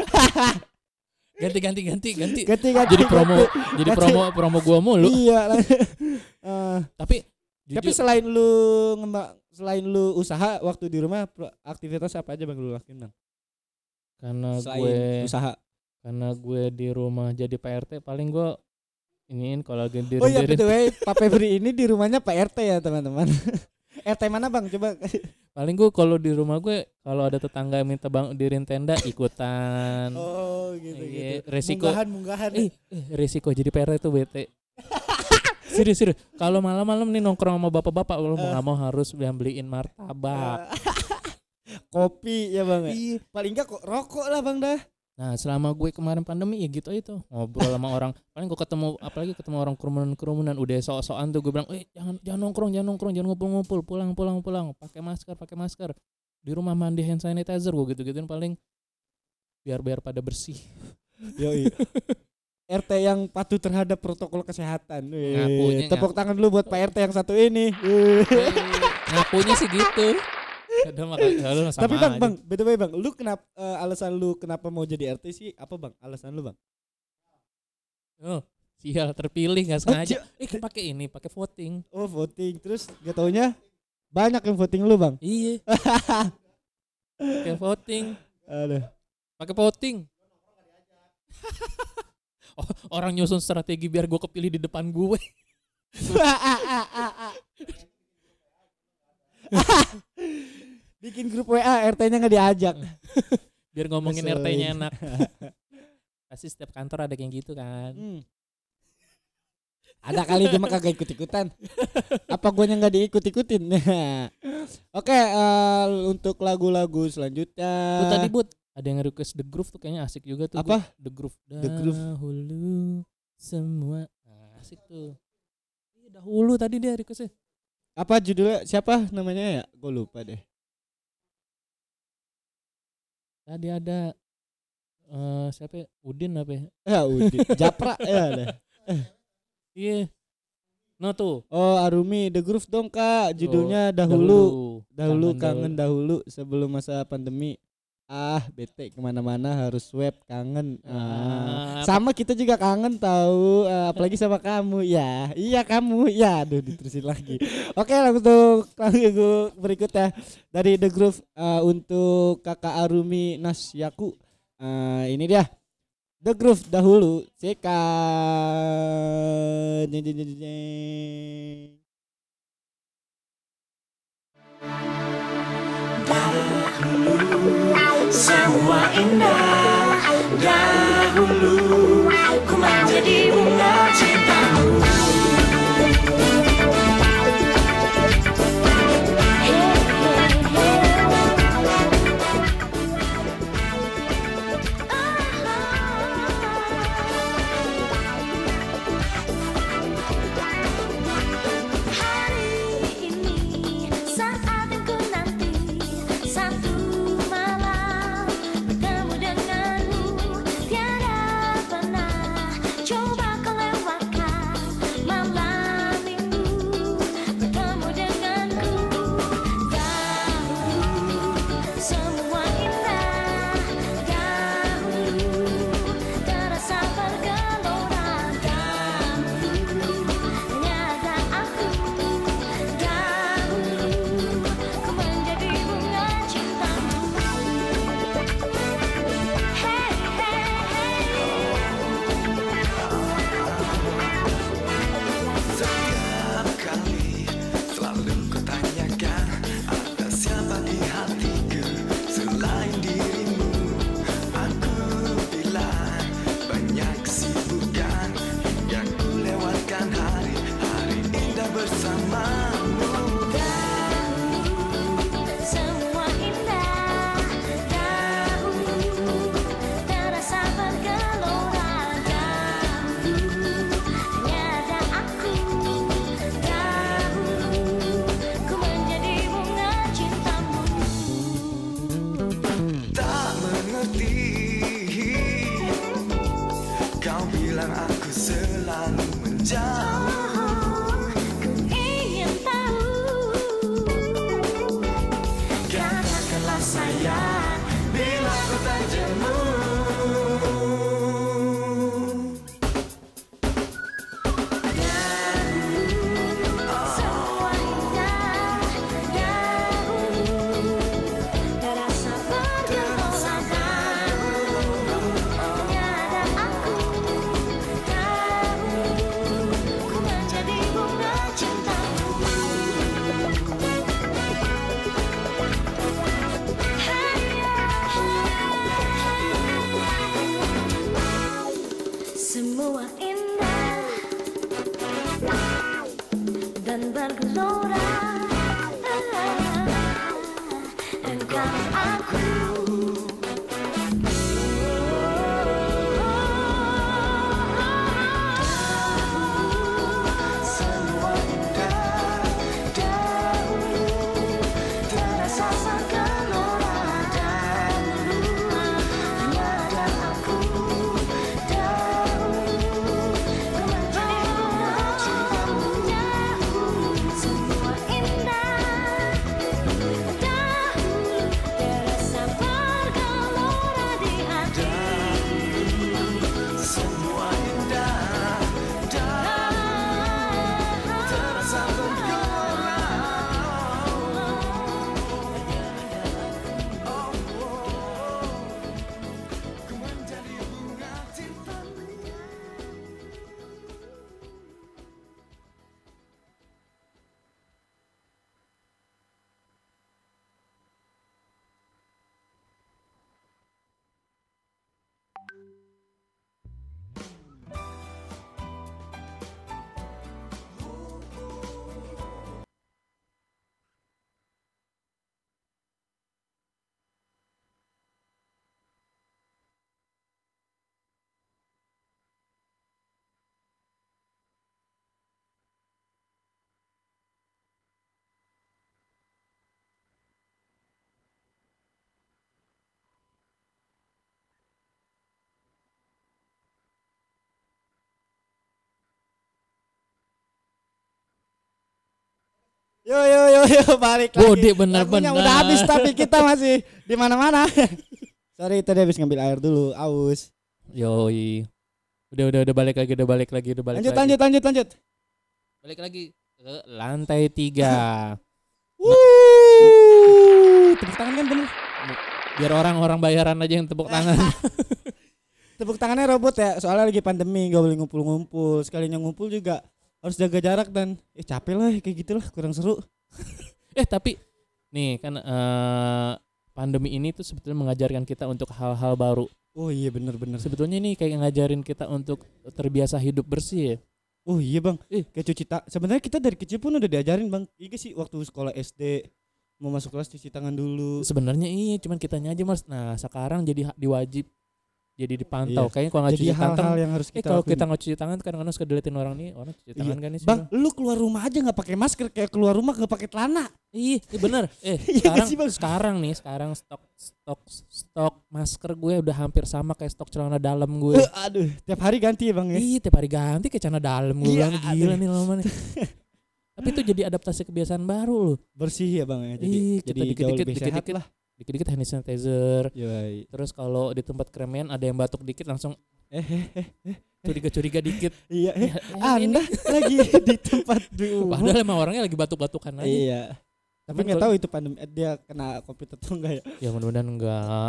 Speaker 1: ganti.
Speaker 2: Ganti.
Speaker 1: Jadi promo gua mulu.
Speaker 2: Iya.
Speaker 1: Tapi
Speaker 2: Tapi
Speaker 1: jujur,
Speaker 2: selain lu usaha waktu di rumah, aktivitas apa aja bang lu lakuin bang?
Speaker 1: karena
Speaker 2: Usaha.
Speaker 1: gue di rumah jadi PRT paling gue iniin kalau lagi
Speaker 2: Oh iya, by
Speaker 1: direnderin,
Speaker 2: the way, Pak Febri ini di rumahnya Pak RT ya teman-teman. RT mana bang? Coba.
Speaker 1: paling gue kalau di rumah gue kalau ada tetangga yang minta bang dirin tenda ikutan.
Speaker 2: Oh gitu.
Speaker 1: Iya, resiko
Speaker 2: Munggahan.
Speaker 1: resiko jadi PRT tuh bete. Serius. Kalau malam-malam nih nongkrong sama bapak-bapak, lo mau nggak mau harus beliin martabak.
Speaker 2: Kopi ya bang.
Speaker 1: Iya.
Speaker 2: Paling enggak kok rokok lah bang dah.
Speaker 1: Nah selama gue kemarin pandemi ya gitu aja tuh, ngobrol sama orang. Paling gue apalagi ketemu orang kerumunan udah sok-sokan tuh gue bilang, jangan nongkrong, jangan ngumpul-ngumpul, pulang, pakai masker, di rumah mandi hand sanitizer, gue gitu-gituin paling biar pada bersih.
Speaker 2: Yoi. RT yang patuh terhadap protokol kesehatan.
Speaker 1: Ngakunya
Speaker 2: Tepuk tangan dulu buat Pak RT yang satu ini.
Speaker 1: Ngakunya sih gitu.
Speaker 2: Tapi bang, by the way bang, lu kenapa alasan lu kenapa mau jadi RT sih? Apa bang? Alasan lu bang?
Speaker 1: Oh, sial terpilih nggak sengaja. Pakai voting.
Speaker 2: Oh voting, terus gak taunya banyak yang voting lu bang?
Speaker 1: Iya. Pakai voting.
Speaker 2: Aduh.
Speaker 1: Pakai voting. Orang nyusun strategi biar gue kepilih di depan gue.
Speaker 2: Bikin grup WA, RT-nya nggak diajak.
Speaker 1: Biar ngomongin RT-nya enak. Pasti setiap kantor ada kayak gitu kan.
Speaker 2: Ada kali cuma kagak ikut-ikutan. Apa gue yang nggak diikut-ikutin? Oke, untuk lagu-lagu selanjutnya.
Speaker 1: Tuh tadi Bud, ada yang request The Groove tuh kayaknya asik juga tuh.
Speaker 2: Apa?
Speaker 1: The Groove.
Speaker 2: The Groove.
Speaker 1: Dahulu semua. Nah, asik tuh. Dahulu tadi dia requestnya.
Speaker 2: Apa judulnya? Siapa namanya ya? Gue lupa deh.
Speaker 1: Tadi ada siapa ya? Udin apa ya?
Speaker 2: Ya Udin. Japra ya ada.
Speaker 1: Iya. No tuh.
Speaker 2: Oh Arumi The Groove dong kak. Judulnya Dahulu kangen dahulu sebelum masa pandemi. Bete kemana-mana harus swab kangen. Sama kita juga kangen tahu, apalagi sama kamu ya. Iya kamu ya. Aduh diterusin lagi. Oke langsung lagu berikutnya dari The Groove untuk kakak Arumi Nasyaku. Ini dia The Groove Dahulu. Sekan.
Speaker 4: Semua indah dahulu, ku menjadi bunga cintamu.
Speaker 5: Hari ini saat yang ku nanti, satu malam bertemu denganmu, tiada pernah coba kau tergelora. Engkau aku. Semua indah dahulu terasa tergelora dahulu. Hanya dan aku dahulu menjadi bunga cintamu dahulu. Semua indah dahulu terasa bergelora di hati.
Speaker 4: Semua indah terasa bergelora. Ku menjadi bunga cintamu.
Speaker 2: Yo balik lagi.
Speaker 1: Bode
Speaker 2: Lagunya
Speaker 1: bener-bener.
Speaker 2: udah habis tapi kita masih di mana-mana. Sorry tadi habis ngambil air dulu, aus.
Speaker 1: Yoi. Udah balik lagi.
Speaker 2: Lanjut.
Speaker 1: Balik lagi ke lantai 3.
Speaker 2: Tepuk tangan kan bener.
Speaker 1: Biar orang-orang bayaran aja yang tepuk tangan.
Speaker 2: Tepuk tangannya robot ya, soalnya lagi pandemi gak boleh ngumpul-ngumpul. Sekalinya ngumpul juga harus jaga jarak dan capek lah kayak gitulah, kurang seru.
Speaker 1: Tapi nih kan pandemi ini tuh sebetulnya mengajarkan kita untuk hal-hal baru.
Speaker 2: Oh iya bener.
Speaker 1: Sebetulnya ini kayak ngajarin kita untuk terbiasa hidup bersih ya.
Speaker 2: Oh iya bang, kayak cuci tangan. Sebenarnya kita dari kecil pun udah diajarin bang. Iya sih waktu sekolah SD mau masuk kelas cuci tangan dulu.
Speaker 1: Sebenarnya iya, cuman kitanya aja mas. Nah sekarang jadi diwajib, jadi dipantau.
Speaker 2: Iya.
Speaker 1: Kayaknya kalau nggak
Speaker 2: Jadi
Speaker 1: cuci tangan,
Speaker 2: hal-hal yang harus kita
Speaker 1: kalau
Speaker 2: lakuin.
Speaker 1: kita nggak cuci tangan kadang-kadang suka diliatin orang nih, orang cuci tangan kan nih sih.
Speaker 2: Bang, lu keluar rumah aja nggak pakai masker, kayak keluar rumah nggak pakai celana.
Speaker 1: Iya bener.
Speaker 2: Iya
Speaker 1: Sekarang
Speaker 2: sih, Bang.
Speaker 1: sekarang stok masker gue udah hampir sama kayak stok celana dalam gue.
Speaker 2: Aduh, tiap hari ganti ya bang ya.
Speaker 1: Iya tiap hari ganti kayak celana dalam gue
Speaker 2: Iya,
Speaker 1: bilang, gila nih lama nih. Tapi itu jadi adaptasi kebiasaan baru loh.
Speaker 2: Bersih ya bang ya. Jadi
Speaker 1: Ih,
Speaker 2: jadi
Speaker 1: kita
Speaker 2: jauh lebih sehat lah.
Speaker 1: Dikit-dikit hand sanitizer.
Speaker 2: Yoi.
Speaker 1: Terus kalau di tempat keramaian ada yang batuk dikit langsung curiga dikit.
Speaker 2: Iya,
Speaker 1: Ya,
Speaker 2: Anda lagi di tempat di umum.
Speaker 1: Padahal emang orangnya lagi batuk-batukan aja.
Speaker 2: Iya. Tapi
Speaker 1: Cuman
Speaker 2: nggak
Speaker 1: kalau-
Speaker 2: tahu itu pandemi dia kena COVID atau enggak ya.
Speaker 1: Ya mudah-mudahan enggak.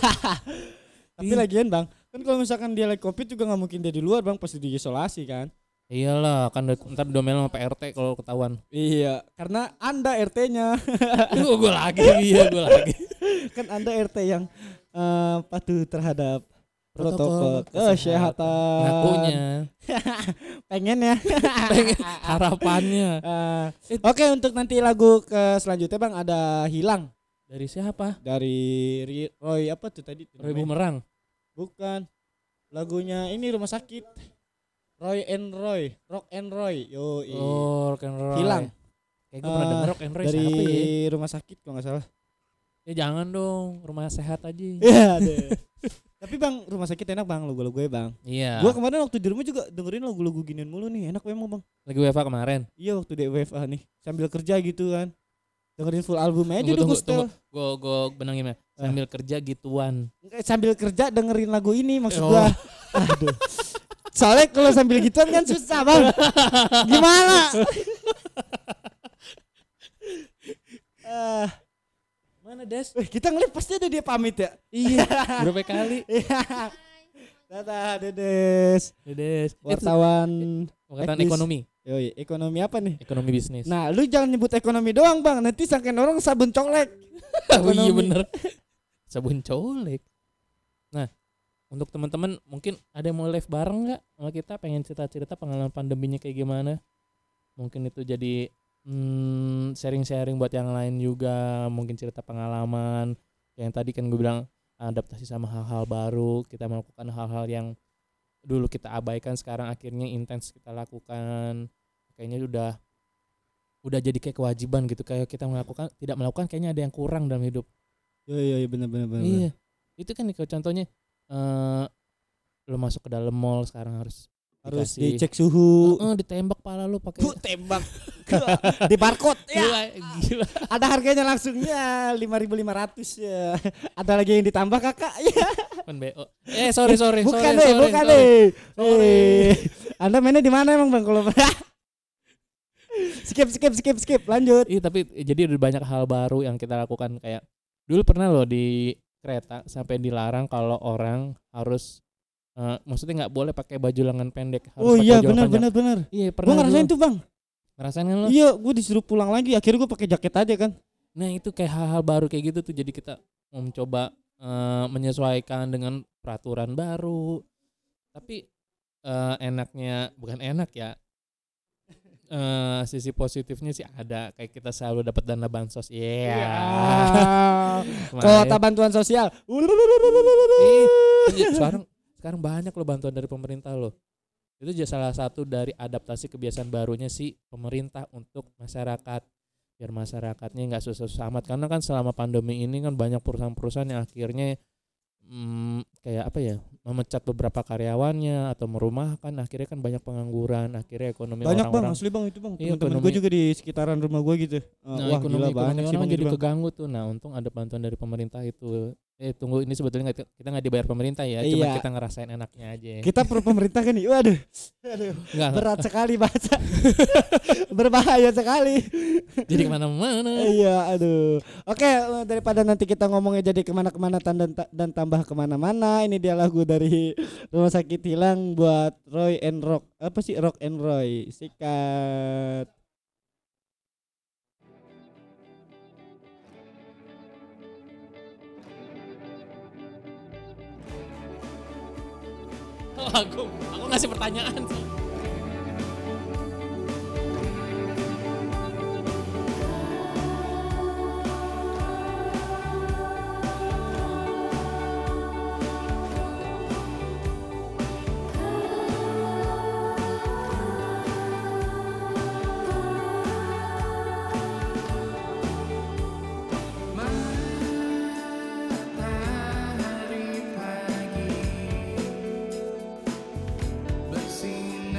Speaker 2: Tapi
Speaker 1: Ih.
Speaker 2: lagian bang, kan kalau misalkan dia lagi COVID juga nggak mungkin dia di luar bang, pasti diisolasi kan.
Speaker 1: Iyalah kan ntar domel sama PRT kalau ketahuan.
Speaker 2: Iya, karena Anda RT-nya.
Speaker 1: Gue lagi.
Speaker 2: Kan Anda RT yang patuh terhadap
Speaker 1: Protokol
Speaker 2: protokol
Speaker 1: kesehatan.
Speaker 2: kesehatan.
Speaker 1: Ngakunya.
Speaker 2: Pengen ya.
Speaker 1: Harapannya.
Speaker 2: Oke, untuk nanti lagu ke selanjutnya bang ada Hilang
Speaker 1: Dari siapa?
Speaker 2: dari Roy apa tuh tadi?
Speaker 1: Roy Bumerang.
Speaker 2: Bukan. Lagunya ini Rumah Sakit. Rock and Roy. Yo.
Speaker 1: Oh, Rock and Roll.
Speaker 2: Hilang.
Speaker 1: Kayak gue pernah denger Rock and Roll
Speaker 2: Dari
Speaker 1: siapa ya?
Speaker 2: Rumah Sakit kalau nggak salah.
Speaker 1: Ya jangan dong, rumah sehat aja.
Speaker 2: Iya deh. Tapi bang, Rumah Sakit enak bang, lagu-lagu gue bang.
Speaker 1: Iya.
Speaker 2: Gua kemarin waktu di rumah juga dengerin lagu-lagu ginian mulu nih, enak memang bang.
Speaker 1: Lagi WFA kemarin.
Speaker 2: Iya waktu di WFA nih, sambil kerja gitu kan. Dengerin full album aja udah
Speaker 1: Tunggu,
Speaker 2: gue setel.
Speaker 1: Gue benangin ya. Sambil kerja gituan.
Speaker 2: Sambil kerja dengerin lagu ini maksud
Speaker 1: Oh.
Speaker 2: gua. Aduh. Soalnya kalau sambil gituan kan susah bang. Gimana?
Speaker 1: Mana Des?
Speaker 2: Kita ngeliat pasti ada dia pamit ya.
Speaker 1: Iya. Berapa kali?
Speaker 2: Iya. Dadah Dedes.
Speaker 1: Des.
Speaker 2: Wartawan
Speaker 1: Pengetahuan
Speaker 2: Ekbis.
Speaker 1: ekonomi.
Speaker 2: Yoi, ekonomi apa nih?
Speaker 1: Ekonomi bisnis.
Speaker 2: Nah, lu jangan nyebut ekonomi doang, Bang. Nanti sangkain orang sabun colek.
Speaker 1: Oh iya
Speaker 2: ekonomi.
Speaker 1: bener. Sabun colek. Nah, untuk teman-teman mungkin ada yang mau live bareng nggak sama kita? Pengen cerita-cerita pengalaman pandeminya kayak gimana? Mungkin itu jadi sharing-sharing buat yang lain juga, mungkin cerita pengalaman. Yang tadi kan gue bilang adaptasi sama hal-hal baru, kita melakukan hal-hal yang dulu kita abaikan sekarang akhirnya intens kita lakukan. Kayaknya udah jadi kayak kewajiban gitu, kayak kita tidak melakukan kayaknya ada yang kurang dalam hidup.
Speaker 2: Iya benar.
Speaker 1: Iya. Itu kan kalau contohnya lo masuk ke dalam mall sekarang harus
Speaker 2: dicek suhu.
Speaker 1: ditembak pala lu pakai
Speaker 2: Tembak di barcode ya.
Speaker 1: gila.
Speaker 2: Ada harganya langsung ya 5.500 ya. Ada lagi yang ditambah kakak ya.
Speaker 1: Kan BO. Sorry.
Speaker 2: Bukan
Speaker 1: sorry.
Speaker 2: deh. Anda mainnya di mana emang Bang kalau skip lanjut.
Speaker 1: Iya, tapi jadi ada banyak hal baru yang kita lakukan. Kayak dulu pernah loh di kereta sampai dilarang kalau orang harus maksudnya nggak boleh pakai baju lengan pendek. Harus
Speaker 2: Oh
Speaker 1: pakai
Speaker 2: iya
Speaker 1: baju lengan panjang.
Speaker 2: benar.
Speaker 1: Iya
Speaker 2: Gue
Speaker 1: pernah.
Speaker 2: ngerasain tuh Bang.
Speaker 1: Ngerasain kan lo?
Speaker 2: Iya, gue disuruh pulang lagi. Akhirnya gue pakai jaket aja kan.
Speaker 1: Nah itu kayak hal-hal baru kayak gitu tuh. Jadi kita mau mencoba menyesuaikan dengan peraturan baru. Tapi enaknya bukan enak ya. Sisi positifnya sih ada, kayak kita selalu dapat dana bansos.
Speaker 2: Kota bantuan sosial.
Speaker 1: Sekarang banyak loh bantuan dari pemerintah loh. Itu juga salah satu dari adaptasi kebiasaan barunya si pemerintah untuk masyarakat, biar masyarakatnya nggak susah-susah amat. Karena kan selama pandemi ini kan banyak perusahaan-perusahaan yang akhirnya kayak apa ya, memecat beberapa karyawannya atau merumahkan, akhirnya kan banyak pengangguran, akhirnya ekonomi
Speaker 2: Banyak
Speaker 1: orang-orang
Speaker 2: Bang, asli Bang itu Bang.
Speaker 1: Iya,
Speaker 2: Teman-teman
Speaker 1: ekonomi.
Speaker 2: gue juga di sekitaran rumah gue gitu. Wah gila banyak sih
Speaker 1: orang
Speaker 2: Bang
Speaker 1: jadi
Speaker 2: itu, Bang.
Speaker 1: keganggu tuh. Nah untung ada bantuan dari pemerintah itu. Tunggu, ini sebetulnya kita nggak dibayar pemerintah ya, cuma
Speaker 2: Iya.
Speaker 1: kita ngerasain enaknya aja.
Speaker 2: Kita pro pemerintah kan nih. Waduh.
Speaker 1: Nggak.
Speaker 2: Berat sekali bahasa. Berbahaya sekali.
Speaker 1: Jadi kemana-mana.
Speaker 2: Iya, aduh. Oke, daripada nanti kita ngomongnya jadi kemana-kemana dan tambah kemana-mana, ini dia lagu dari Rumah Sakit Hilang buat Roy and Rock. Apa sih Rock and Roy? Sikat.
Speaker 1: Oh, aku ngasih pertanyaan sih.
Speaker 4: Matahari pagi bersinar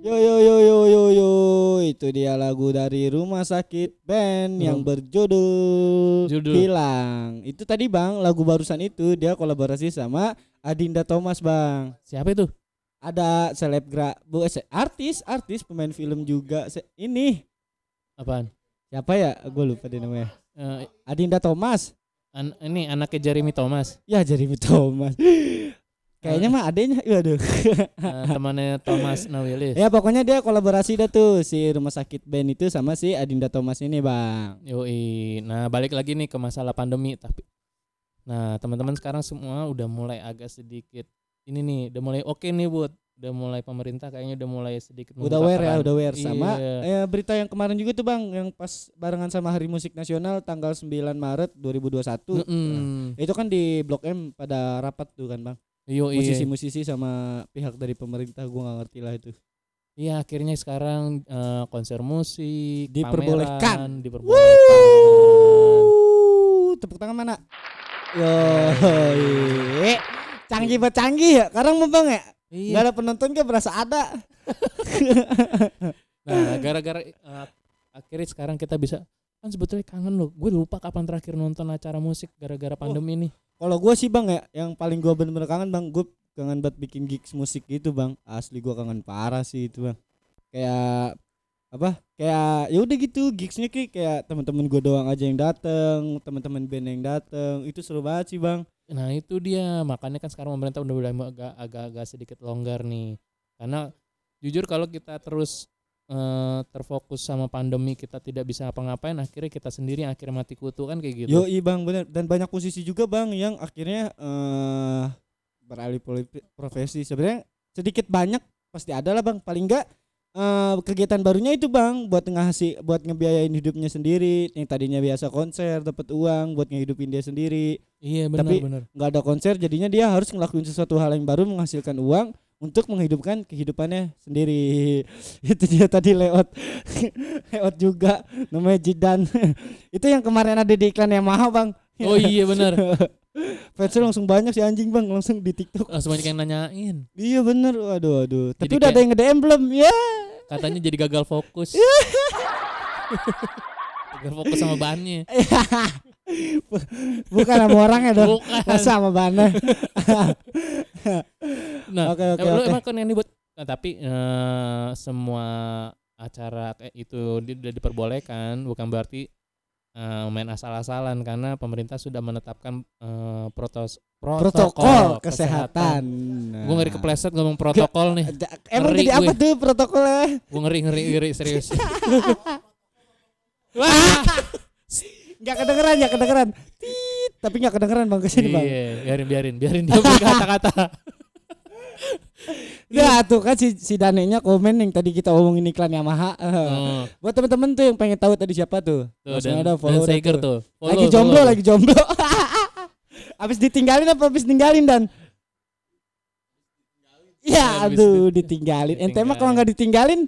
Speaker 2: Yo yo yo yo yo yo, itu dia lagu dari Rumah Sakit Band yang berjudul
Speaker 1: Judul.
Speaker 2: Hilang. Itu tadi Bang, lagu barusan itu dia kolaborasi sama Adinda Thomas Bang.
Speaker 1: Siapa itu?
Speaker 2: Ada artis pemain film juga. Ini
Speaker 1: Apaan?
Speaker 2: siapa ya? Gue lupa deh namanya.
Speaker 1: Eh,
Speaker 2: Adinda Thomas.
Speaker 1: ini anaknya Jeremy Thomas.
Speaker 2: Ya Jeremy Thomas. Kayaknya mah adenya. Waduh.
Speaker 1: Temannya Thomas Nawilis.
Speaker 2: Ya pokoknya dia kolaborasi dah tuh si Rumah Sakit Band itu sama si Adinda Thomas ini Bang.
Speaker 1: Yoi. Nah, balik lagi nih ke masalah pandemi tapi teman-teman sekarang semua udah mulai agak sedikit ini nih, udah mulai oke nih buat udah mulai pemerintah kayaknya udah mulai sedikit
Speaker 2: Udah aware sama
Speaker 1: Iya.
Speaker 2: berita yang kemarin juga tuh Bang yang pas barengan sama Hari Musik Nasional tanggal 9 Maret 2021.
Speaker 1: Mm-mm.
Speaker 2: Itu kan di Blok M pada rapat tuh kan Bang.
Speaker 1: Yoi.
Speaker 2: Musisi-musisi sama pihak dari pemerintah gua nggak ngerti lah itu.
Speaker 1: Iya, akhirnya sekarang konser musik
Speaker 2: Diperbolehkan.
Speaker 1: pameran, diperbolehkan.
Speaker 2: Tepuk tangan mana? Yo, canggih banget canggih ya. Sekarang Bang ya.
Speaker 1: Iya.
Speaker 2: Gak ada penonton kan berasa ada.
Speaker 1: Nah, gara-gara akhirnya sekarang kita bisa kan sebetulnya kangen loh. Gue lupa kapan terakhir nonton acara musik gara-gara pandemi ini.
Speaker 2: Kalau gue sih Bang ya, yang paling gue bener-bener kangen Bang, gue kangen banget bikin gigs musik gitu Bang. Asli gue kangen parah sih itu Bang. Kayak apa? Kayak ya udah gitu gigsnya kayak teman-teman gue doang aja yang dateng, teman-teman band yang dateng. Itu seru banget sih Bang.
Speaker 1: Nah itu dia, makanya kan sekarang pemerintah udah mulai agak-agak sedikit longgar nih. Karena jujur kalau kita terus terfokus sama pandemi, kita tidak bisa apa-ngapain, akhirnya kita sendiri yang akhirnya mati kutu kan kayak gitu.
Speaker 2: Yoi Bang bener. Dan banyak musisi juga Bang yang akhirnya beralih profesi. Sebenarnya sedikit banyak pasti ada lah Bang. Paling enggak kegiatan barunya itu Bang buat ngebiayain hidupnya sendiri. Yang tadinya biasa konser dapat uang buat ngehidupin dia sendiri.
Speaker 1: Iya benar
Speaker 2: Tapi
Speaker 1: benar.
Speaker 2: nggak ada konser jadinya dia harus ngelakuin sesuatu hal yang baru menghasilkan uang untuk menghidupkan kehidupannya sendiri. Itu dia tadi lewat juga namanya Jidan. Itu yang kemarin ada di iklan Yamaha Bang.
Speaker 1: Oh iya benar.
Speaker 2: Fansnya langsung banyak si anjing Bang, langsung di TikTok.
Speaker 1: Langsung banyak yang nanyain.
Speaker 2: Iya bener, waduh. Tapi
Speaker 1: Jadi
Speaker 2: udah ada
Speaker 1: kayak-
Speaker 2: yang nge-DM belum? Ya.
Speaker 1: Katanya jadi gagal fokus. Gagal fokus sama bahannya.
Speaker 2: Bukan sama orangnya dong.
Speaker 1: Bukan.
Speaker 2: Masa sama bannya.
Speaker 1: Nah,
Speaker 2: Oke.
Speaker 1: emang kan yang dibuat tapi semua acara kayak itu udah diperbolehkan, bukan berarti main asal-asalan karena pemerintah sudah menetapkan
Speaker 2: Protokol kesehatan.
Speaker 1: Gue ngeri kepleset ngomong protokol nih.
Speaker 2: Emang
Speaker 1: Ngeri
Speaker 2: jadi apa
Speaker 1: gue.
Speaker 2: tuh protokolnya?
Speaker 1: Gue ngeri serius.
Speaker 2: Enggak kedengeran. Tit, tapi enggak kedengeran Bang kesini Bang.
Speaker 1: Iya, biarin dia berkata-kata.
Speaker 2: Ya tuh kan si Danenya komen yang tadi kita omongin iklan Yamaha.
Speaker 1: Oh,
Speaker 2: Buat teman-teman tuh yang pengen tahu tadi siapa tuh.
Speaker 1: tuh,
Speaker 2: Langsung
Speaker 1: dan
Speaker 2: ada follow dah
Speaker 1: Seiger
Speaker 2: tuh.
Speaker 1: tuh.
Speaker 2: Lagi jomblo. Abis ditinggalin apa abis ninggalin Dan? Ya
Speaker 1: Abis
Speaker 2: aduh ditinggalin. Ente mah kalau nggak ditinggalin.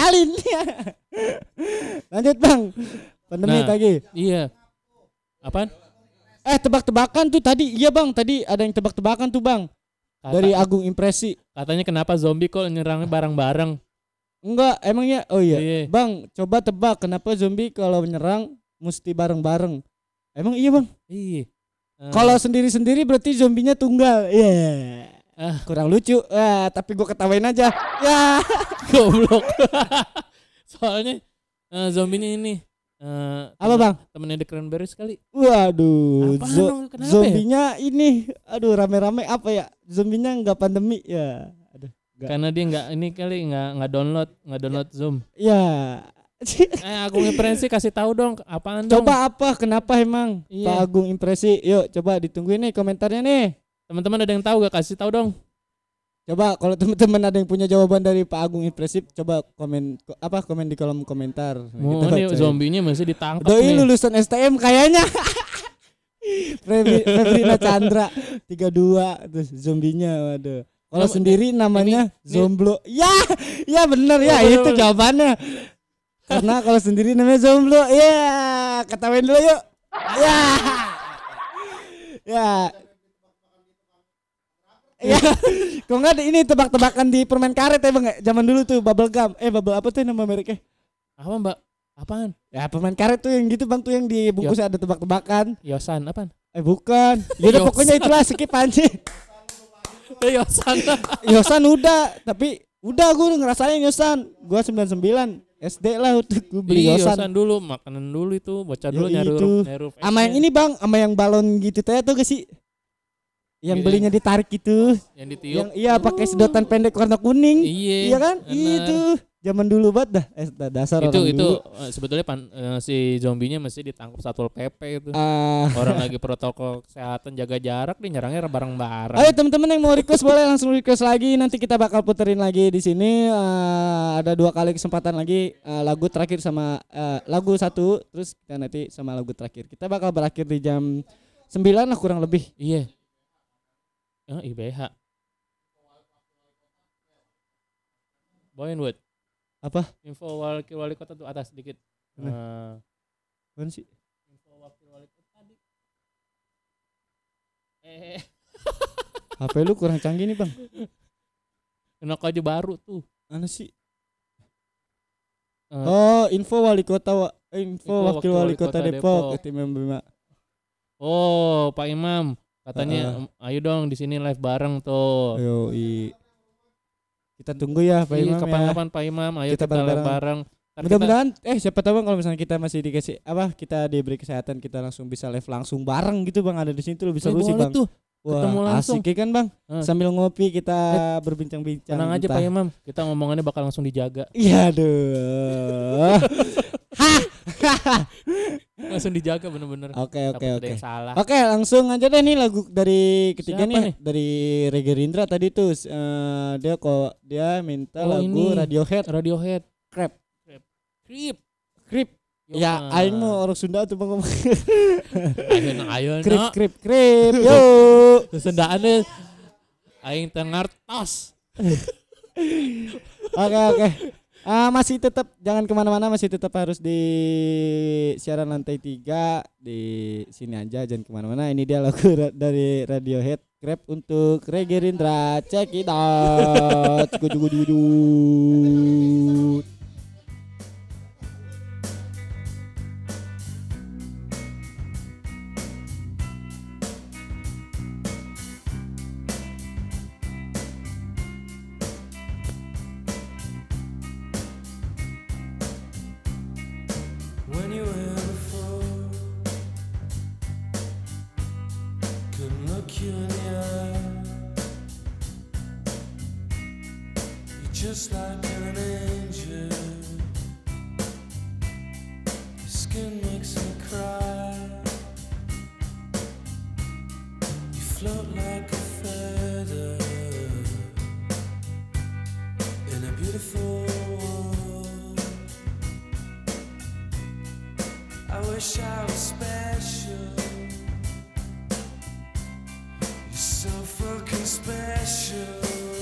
Speaker 2: Lanjut Bang. Pandemi
Speaker 1: Nah.
Speaker 2: lagi.
Speaker 1: Iya. Apaan?
Speaker 2: Tebak-tebakan tuh tadi. Iya Bang, tadi ada yang tebak-tebakan tuh Bang. Dari Agung Impresi.
Speaker 1: Katanya kenapa zombie kok nyerangnya bareng-bareng?
Speaker 2: Enggak, emangnya oh iya.
Speaker 1: Iya.
Speaker 2: Bang, coba tebak kenapa zombie kalau menyerang mesti bareng-bareng. Emang iya Bang?
Speaker 1: Iya.
Speaker 2: Kalau sendiri-sendiri berarti zombinya tunggal. Iya. Kurang lucu. Tapi gua ketawain aja. Ya.
Speaker 1: goblok. Soalnya zombinya ini
Speaker 2: Apa Bang?
Speaker 1: temennya The Cranberries kali.
Speaker 2: Waduh.
Speaker 1: Apaan dong? Kenapa
Speaker 2: Zombinya ini aduh rame-rame apa ya? Zombinya enggak pandemi ya. Aduh. Enggak.
Speaker 1: Karena dia nggak download Zoom.
Speaker 2: Ya.
Speaker 1: Aku ngepresi kasih tahu dong apaan dong.
Speaker 2: Coba apa? Kenapa emang?
Speaker 1: Iya.
Speaker 2: Pak Agung Impresi. Yuk coba ditungguin nih komentarnya nih.
Speaker 1: Teman-teman ada yang tahu gak kasih tahu dong.
Speaker 2: Coba kalau teman-teman ada yang punya jawaban dari Pak Agung Impresi, coba komen di kolom komentar.
Speaker 1: Mau
Speaker 2: Kita
Speaker 1: nih
Speaker 2: bacain.
Speaker 1: zombinya masih ditangkap
Speaker 2: Doi
Speaker 1: nih.
Speaker 2: lulusan STM kayaknya. Febrina Chandra 32 terus zombinya waduh. Kalau
Speaker 1: Nama-
Speaker 2: sendiri namanya
Speaker 1: ini-
Speaker 2: Zomblo. Ya bener ya
Speaker 1: Oh,
Speaker 2: itu
Speaker 1: bener.
Speaker 2: jawabannya. Karena kalau sendiri namanya Zomblo. Ya, ketawain dulu yuk. Ya. Ya. Ya, Kok enggak ini tebak-tebakan di permen karet ya Bang? Zaman dulu tuh bubble gum. Bubble apa tuh nama mereknya?
Speaker 1: Apa Mbak? Apaan?
Speaker 2: Ya permen karet tuh yang gitu Bang, tuh yang dibungkusnya ada tebak-tebakan.
Speaker 1: Yosan apaan?
Speaker 2: Bukan. Ya udah pokoknya itulah skip anjing.
Speaker 1: Yosan.
Speaker 2: Yosan udah, tapi udah gue ngerasain Yosan. Gua 99 SD lah untuk gue beli Yosan.
Speaker 1: Yosan dulu, makanan dulu itu, bocah dulu
Speaker 2: Yoi,
Speaker 1: nyari
Speaker 2: itu.
Speaker 1: huruf
Speaker 2: Sama yang ini Bang, sama yang balon gitu teh tuh gak sih? Yang
Speaker 1: Iya.
Speaker 2: belinya ditarik gitu.
Speaker 1: yang ditiup.
Speaker 2: Yang iya pakai sedotan pendek warna kuning.
Speaker 1: Iya.
Speaker 2: Iya kan?
Speaker 1: bener.
Speaker 2: Itu zaman dulu banget dah. Dasar
Speaker 1: Itu
Speaker 2: orang dulu.
Speaker 1: sebetulnya si zombinya mesti ditangkap Satpol PP itu.
Speaker 2: Ah,
Speaker 1: Orang lagi protokol kesehatan jaga jarak nih nyerangnya bareng-bareng.
Speaker 2: ayo teman-teman yang mau request boleh langsung request lagi. Nanti kita bakal puterin lagi di sini. Ada 2 kali kesempatan lagi, lagu terakhir sama lagu 1, terus kita nanti sama lagu terakhir. Kita bakal berakhir di jam 9 lah kurang lebih.
Speaker 1: Iya. IBH. Boyenwood.
Speaker 2: Apa?
Speaker 1: Info wali kota tuh atas sedikit.
Speaker 2: Apaan sih?
Speaker 1: Info wakil wali kota tadi.
Speaker 2: HP lu kurang canggih nih Bang.
Speaker 1: Enak aja baru tuh.
Speaker 2: Mana sih?
Speaker 1: Eh,
Speaker 2: Info wali kota info wakil wali kota Depok.
Speaker 1: Depok.
Speaker 2: Tim Bima.
Speaker 1: Oh, Pak Imam. Katanya ayo dong di sini live bareng tuh.
Speaker 2: Ayo, kita tunggu ya Pak Imam ya.
Speaker 1: Kapan-kapan Pak Imam, ayo
Speaker 2: Kita
Speaker 1: kita, live
Speaker 2: bareng-bareng.
Speaker 1: bareng. Ntar
Speaker 2: Mudah-mudahan siapa tahu Bang kalau misalnya kita masih dikasih kita diberi kesehatan, kita langsung bisa live langsung bareng gitu Bang, ada di sini tuh lebih seru sih
Speaker 1: boleh
Speaker 2: Bang.
Speaker 1: tuh. Ketemu
Speaker 2: Wah,
Speaker 1: langsung.
Speaker 2: asik ya kan Bang.
Speaker 1: Sambil
Speaker 2: Ngopi kita berbincang-bincang.
Speaker 1: tenang aja
Speaker 2: entah.
Speaker 1: Pak Imam, kita ngomongannya bakal langsung dijaga.
Speaker 2: Iya aduh.
Speaker 1: Langsung dijaga bener-bener.
Speaker 2: Oke.
Speaker 1: Takut ada yang salah.
Speaker 2: Oke, langsung aja deh nih lagu dari ketiga
Speaker 1: Siapa
Speaker 2: nih,
Speaker 1: nih?
Speaker 2: dari Rege Rindra tadi tuh dia minta
Speaker 1: Oh,
Speaker 2: lagu
Speaker 1: ini.
Speaker 2: Radiohead
Speaker 1: Creep.
Speaker 2: Creep.
Speaker 1: Yo,
Speaker 2: Ya, aing mau orang Sunda tuh Bang ngomong.
Speaker 1: ayo
Speaker 2: Creep. Yo.
Speaker 1: Sendaannya aing teu ngartos.
Speaker 2: Oke. Masih tetap jangan kemana-mana, masih tetap harus di siaran lantai 3 di sini aja, jangan kemana-mana. Ini dia lagu dari Radiohead, Creep untuk Rege Rindra. Check it out. Cukup.
Speaker 4: When you were before, couldn't look you in the eye. You're just like an angel. Your skin makes me cry. You float like a feather in a beautiful world. I wish I was special. You're so fucking special.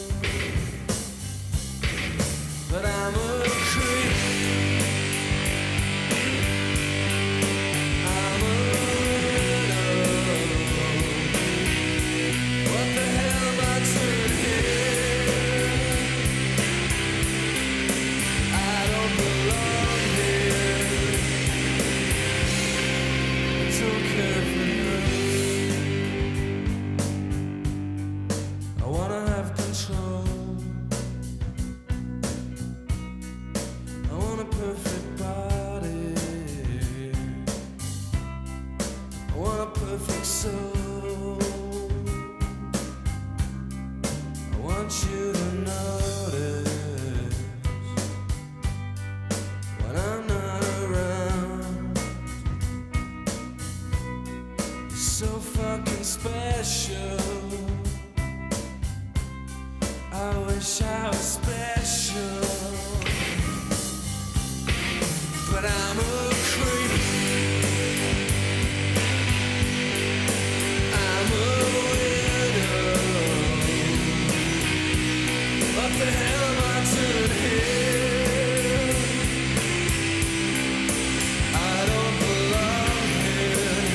Speaker 4: But I'm a creep. I'm a widow. What the hell am I doing here? I don't belong here. Don't care for us. I wanna have control. I want a perfect body. I want a perfect soul. I want you to notice when I'm not around. So fucking special. I wish I was special, but I'm a creep. I'm a widow. What the hell am I doing here? I don't belong here.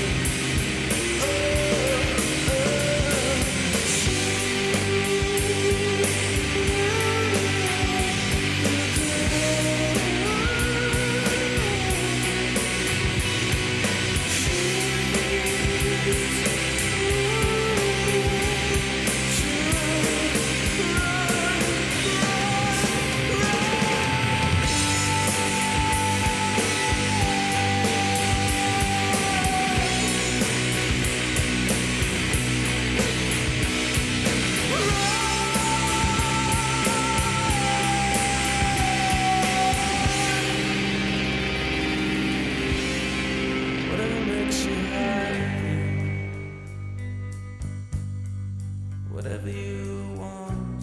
Speaker 4: whatever you want.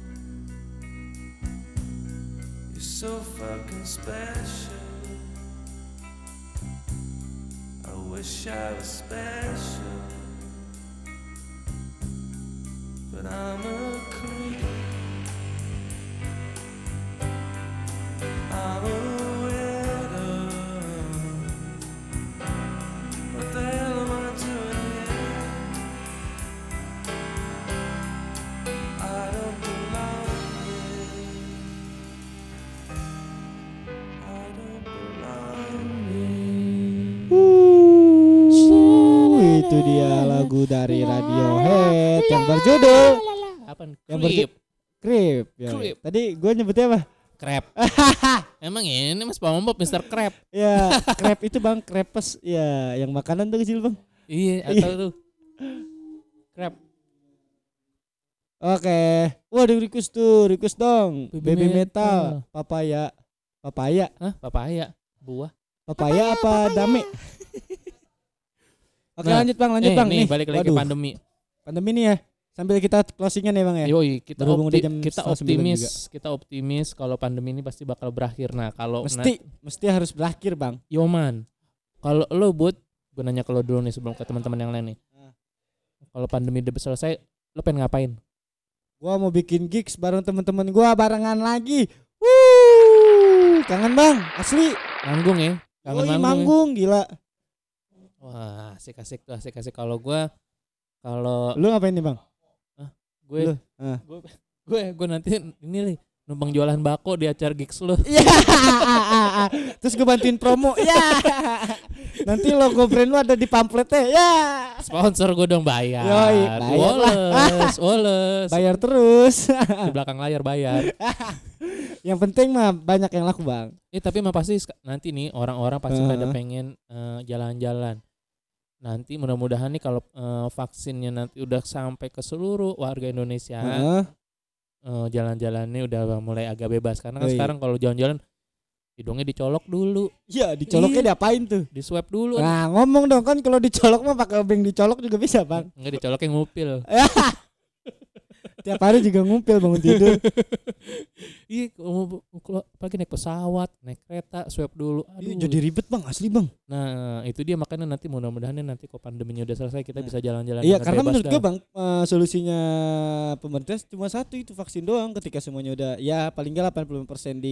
Speaker 4: You're so fucking special. I wish I was special, but I'm a creep. I'm a weirdo. What the hell am I doing here? I don't belong here. I don't belong
Speaker 2: Itu dia lagu dari Radiohead yang berjudul
Speaker 1: Apaan?
Speaker 2: Yang
Speaker 1: Creep.
Speaker 2: Creep. Ya.
Speaker 1: Creep.
Speaker 2: Tadi gue nyebutnya apa?
Speaker 1: Crab. Emang ini Mas SpongeBob Mr. Crab.
Speaker 2: Ya, crab itu bang, crepes. Ya, yang makanan tuh kecil bang.
Speaker 1: Iya, atau tuh. Crab.
Speaker 2: Oke. Wah, di request tuh, request dong.
Speaker 1: Baby
Speaker 2: Baby
Speaker 1: metal.
Speaker 2: metal, papaya, papaya,
Speaker 1: Hah, papaya, buah.
Speaker 2: papaya apa dame? Oke,
Speaker 1: Nah,
Speaker 2: lanjut bang,
Speaker 1: nih. Balik lagi ke
Speaker 2: Waduh,
Speaker 1: pandemi.
Speaker 2: pandemi nih ya. Sambil kita closingan ya bang ya.
Speaker 1: Yoi, kita
Speaker 2: Berhubung udah jam
Speaker 1: kita
Speaker 2: 8:30
Speaker 1: kita optimis kalau pandemi ini pasti bakal berakhir. Nah, kalau
Speaker 2: Mesti harus berakhir bang.
Speaker 1: Yoman, kalau lo buat gue nanya ke lo dulu nih sebelum ke teman-teman yang lain nih. Kalau pandemi udah selesai, lo pengen ngapain?
Speaker 2: Gua mau bikin gigs bareng teman-teman gua barengan lagi. Kangen bang, asli.
Speaker 1: Manggung ya? Kangen
Speaker 2: Yoi,
Speaker 1: manggung.
Speaker 2: manggung gila.
Speaker 1: Ya? Wah, asik-asik tuh, asik-asik. Kalau kalau
Speaker 2: Lu ngapain nih bang?
Speaker 1: gue
Speaker 2: Lu?
Speaker 1: gue nanti ini nih numpang jualan bako di acara gigs lo.
Speaker 2: Iya. Terus gue bantuin promo. Ya. Nanti logo brand lu ada di pamfletnya. Ya.
Speaker 1: Sponsor gue dong bayar.
Speaker 2: Yoi, bayar lah.
Speaker 1: Woles.
Speaker 2: Bayar terus.
Speaker 1: Di belakang layar bayar.
Speaker 2: Yang penting mah banyak yang laku bang.
Speaker 1: Tapi mah pasti nanti nih orang-orang pasti pada
Speaker 2: Heeh.
Speaker 1: pengen jalan-jalan. Nanti mudah-mudahan nih kalau vaksinnya nanti udah sampai ke seluruh warga Indonesia,
Speaker 2: Heeh.
Speaker 1: jalan-jalannya udah mulai agak bebas. Karena kan
Speaker 2: Yoi.
Speaker 1: sekarang kalau jalan-jalan hidungnya dicolok dulu,
Speaker 2: Iya, dicoloknya diapain tuh?
Speaker 1: di swab dulu.
Speaker 2: Nah, ngomong dong kan kalau dicolok mah pakai obeng dicolok juga bisa bang.
Speaker 1: Enggak dicoloknya ngupil.
Speaker 2: Tiap hari juga ngumpil bangun tidur.
Speaker 1: Iya, kalau pagi naik pesawat, naik kereta, swab dulu. Aduh.
Speaker 2: Jadi ribet bang, asli bang.
Speaker 1: Nah, itu dia makanya nanti mudah-mudahan nanti kok pandeminya udah selesai kita bisa jalan-jalan.
Speaker 2: Iya,
Speaker 1: dengan
Speaker 2: karena
Speaker 1: bebas
Speaker 2: menurut
Speaker 1: dah.
Speaker 2: gue bang, solusinya pemerintah cuma satu, itu vaksin doang. Ketika semuanya udah, ya paling nggak 85%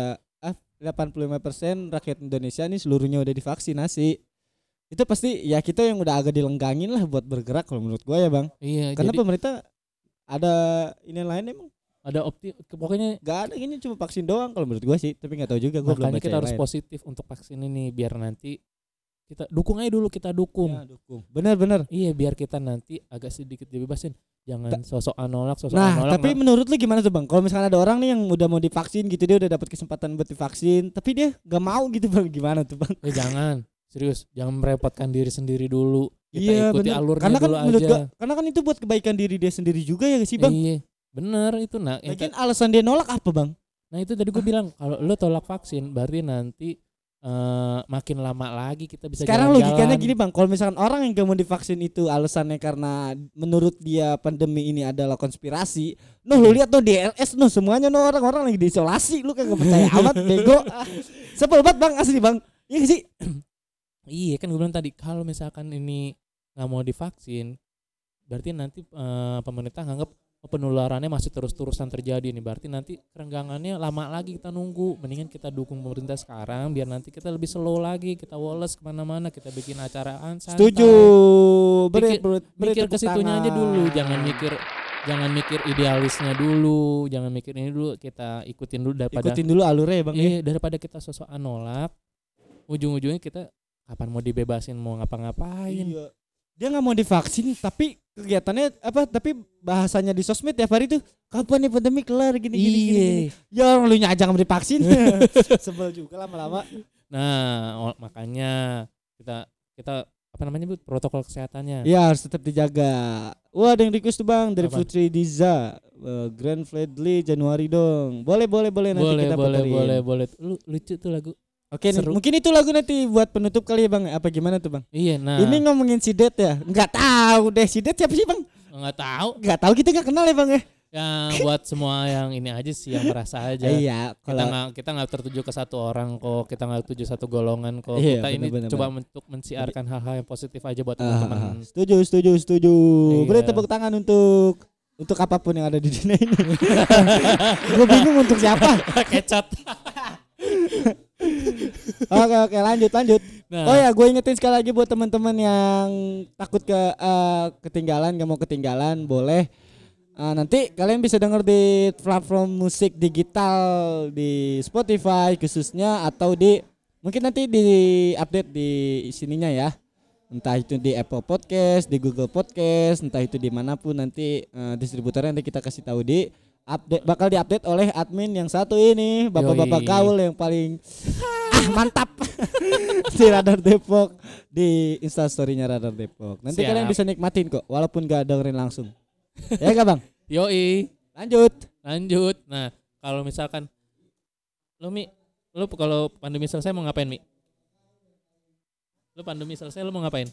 Speaker 2: 85% rakyat Indonesia nih seluruhnya udah divaksinasi. Itu pasti ya kita yang udah agak dilenggangin lah buat bergerak kalau menurut gue ya bang.
Speaker 1: Iya,
Speaker 2: Karena
Speaker 1: jadi
Speaker 2: pemerintah ada ini lain emang
Speaker 1: ada pokoknya
Speaker 2: nggak ada, ini cuma vaksin doang kalau menurut gue sih. Tapi nggak tahu juga, gue belum
Speaker 1: makanya
Speaker 2: baca
Speaker 1: kita
Speaker 2: yang
Speaker 1: harus
Speaker 2: lain.
Speaker 1: positif untuk vaksin ini biar nanti kita dukung aja dulu, kita dukung.
Speaker 2: Ya, dukung. Bener.
Speaker 1: Iya, biar kita nanti agak sedikit dibebasin. Jangan sosok nolak.
Speaker 2: Nah, tapi menurut lu gimana tuh bang? Kalau misalnya ada orang nih yang udah mau divaksin gitu, dia udah dapat kesempatan buat divaksin, tapi dia gak mau gitu bang, gimana tuh bang?
Speaker 1: jangan serius, jangan merepotkan diri sendiri dulu. Kita
Speaker 2: Iya,
Speaker 1: ikuti
Speaker 2: bener.
Speaker 1: alurnya
Speaker 2: Karena kan
Speaker 1: dulu
Speaker 2: menurut
Speaker 1: aja.
Speaker 2: gua, karena kan itu buat kebaikan diri dia sendiri juga ya sih bang.
Speaker 1: Iya, bener itu. Nah,
Speaker 2: Lagian alasan dia nolak apa bang?
Speaker 1: nah itu tadi gue bilang kalau lo tolak vaksin berarti nanti makin lama lagi kita bisa
Speaker 2: Sekarang
Speaker 1: jalan-jalan.
Speaker 2: logikanya gini bang, kalau misalkan orang yang gak mau divaksin itu alasannya karena menurut dia pandemi ini adalah konspirasi, lu lihat tuh di LS semuanya orang-orang lagi diisolasi, lu kagak percaya amat bego. Sebel banget bang, asli bang. Iya gak sih?
Speaker 1: Iya kan gue bilang tadi kalau misalkan ini nggak mau divaksin berarti nanti pemerintah nganggap penularannya masih terus-terusan terjadi nih, berarti nanti kerenggangannya lama lagi kita nunggu. Mendingan kita dukung pemerintah sekarang biar nanti kita lebih slow lagi, kita woles kemana-mana, kita bikin acara santai.
Speaker 2: Setuju.
Speaker 1: Mikir ke situnya aja dulu, jangan mikir idealisnya dulu, jangan mikir ini dulu, kita ikutin dulu daripada
Speaker 2: alurnya ya bang.
Speaker 1: iya, daripada kita sosokan nolak, ujung-ujungnya kita kapan mau dibebasin, mau ngapa-ngapain.
Speaker 2: Iya. Dia nggak mau divaksin tapi kegiatannya apa? Tapi bahasanya di sosmed tiap hari tuh kapan nih pandemi kelar gini. Ya orang lu nya aja nggak mau divaksin. Sebel juga lama-lama.
Speaker 1: Nah, makanya kita apa namanya Bu, protokol kesehatannya.
Speaker 2: Ya harus tetap dijaga. Wah, ada yang request tuh bang dari
Speaker 1: Apaan?
Speaker 2: Putri Diza, Grand Fledley Januari dong. Boleh nanti kita puterin.
Speaker 1: Boleh. Lucu tuh lagu.
Speaker 2: Oke,
Speaker 1: Seru.
Speaker 2: mungkin itu lagu nanti buat penutup kali ya bang. Apa gimana tuh bang?
Speaker 1: Iya, nah.
Speaker 2: Ini ngomongin si Det ya? Nggak tahu deh si Det siapa sih bang?
Speaker 1: Nggak tahu.
Speaker 2: Gak tahu, kita gak kenal ya Bang ya.
Speaker 1: Ya buat semua yang ini aja sih, yang merasa aja.
Speaker 2: Iya,
Speaker 1: Kita nggak tertuju ke satu orang kok, kita nggak tertuju satu golongan kok.
Speaker 2: Iya,
Speaker 1: Kita ini
Speaker 2: benar-benar.
Speaker 1: coba untuk mensiarkan hal-hal yang positif aja buat teman-teman.
Speaker 2: Setuju.
Speaker 1: Iya.
Speaker 2: Beri tepuk tangan untuk apapun yang ada di dunia ini. Gue bingung untuk siapa.
Speaker 1: Kecot.
Speaker 2: Oke, lanjut.
Speaker 1: Nah,
Speaker 2: Oh ya, gue ingetin sekali lagi buat teman-teman yang takut ketinggalan, gak mau ketinggalan, boleh nanti kalian bisa denger di platform musik digital di Spotify khususnya, atau mungkin nanti di update di sininya ya. Entah itu di Apple Podcast, di Google Podcast, entah itu dimanapun nanti distributornya nanti kita kasih tahu bakal diupdate oleh admin yang satu ini, bapak-bapak
Speaker 1: Yoi.
Speaker 2: gaul yang paling mantap di Radar Depok, di Instastory-nya Radar Depok. Nanti
Speaker 1: Siap.
Speaker 2: kalian bisa nikmatin kok walaupun gak dengerin langsung. Ya gak Bang?
Speaker 1: yoi.
Speaker 2: Lanjut.
Speaker 1: Nah, kalau misalkan lu kalau pandemi selesai mau ngapain, Mi? Lu pandemi selesai lu mau ngapain?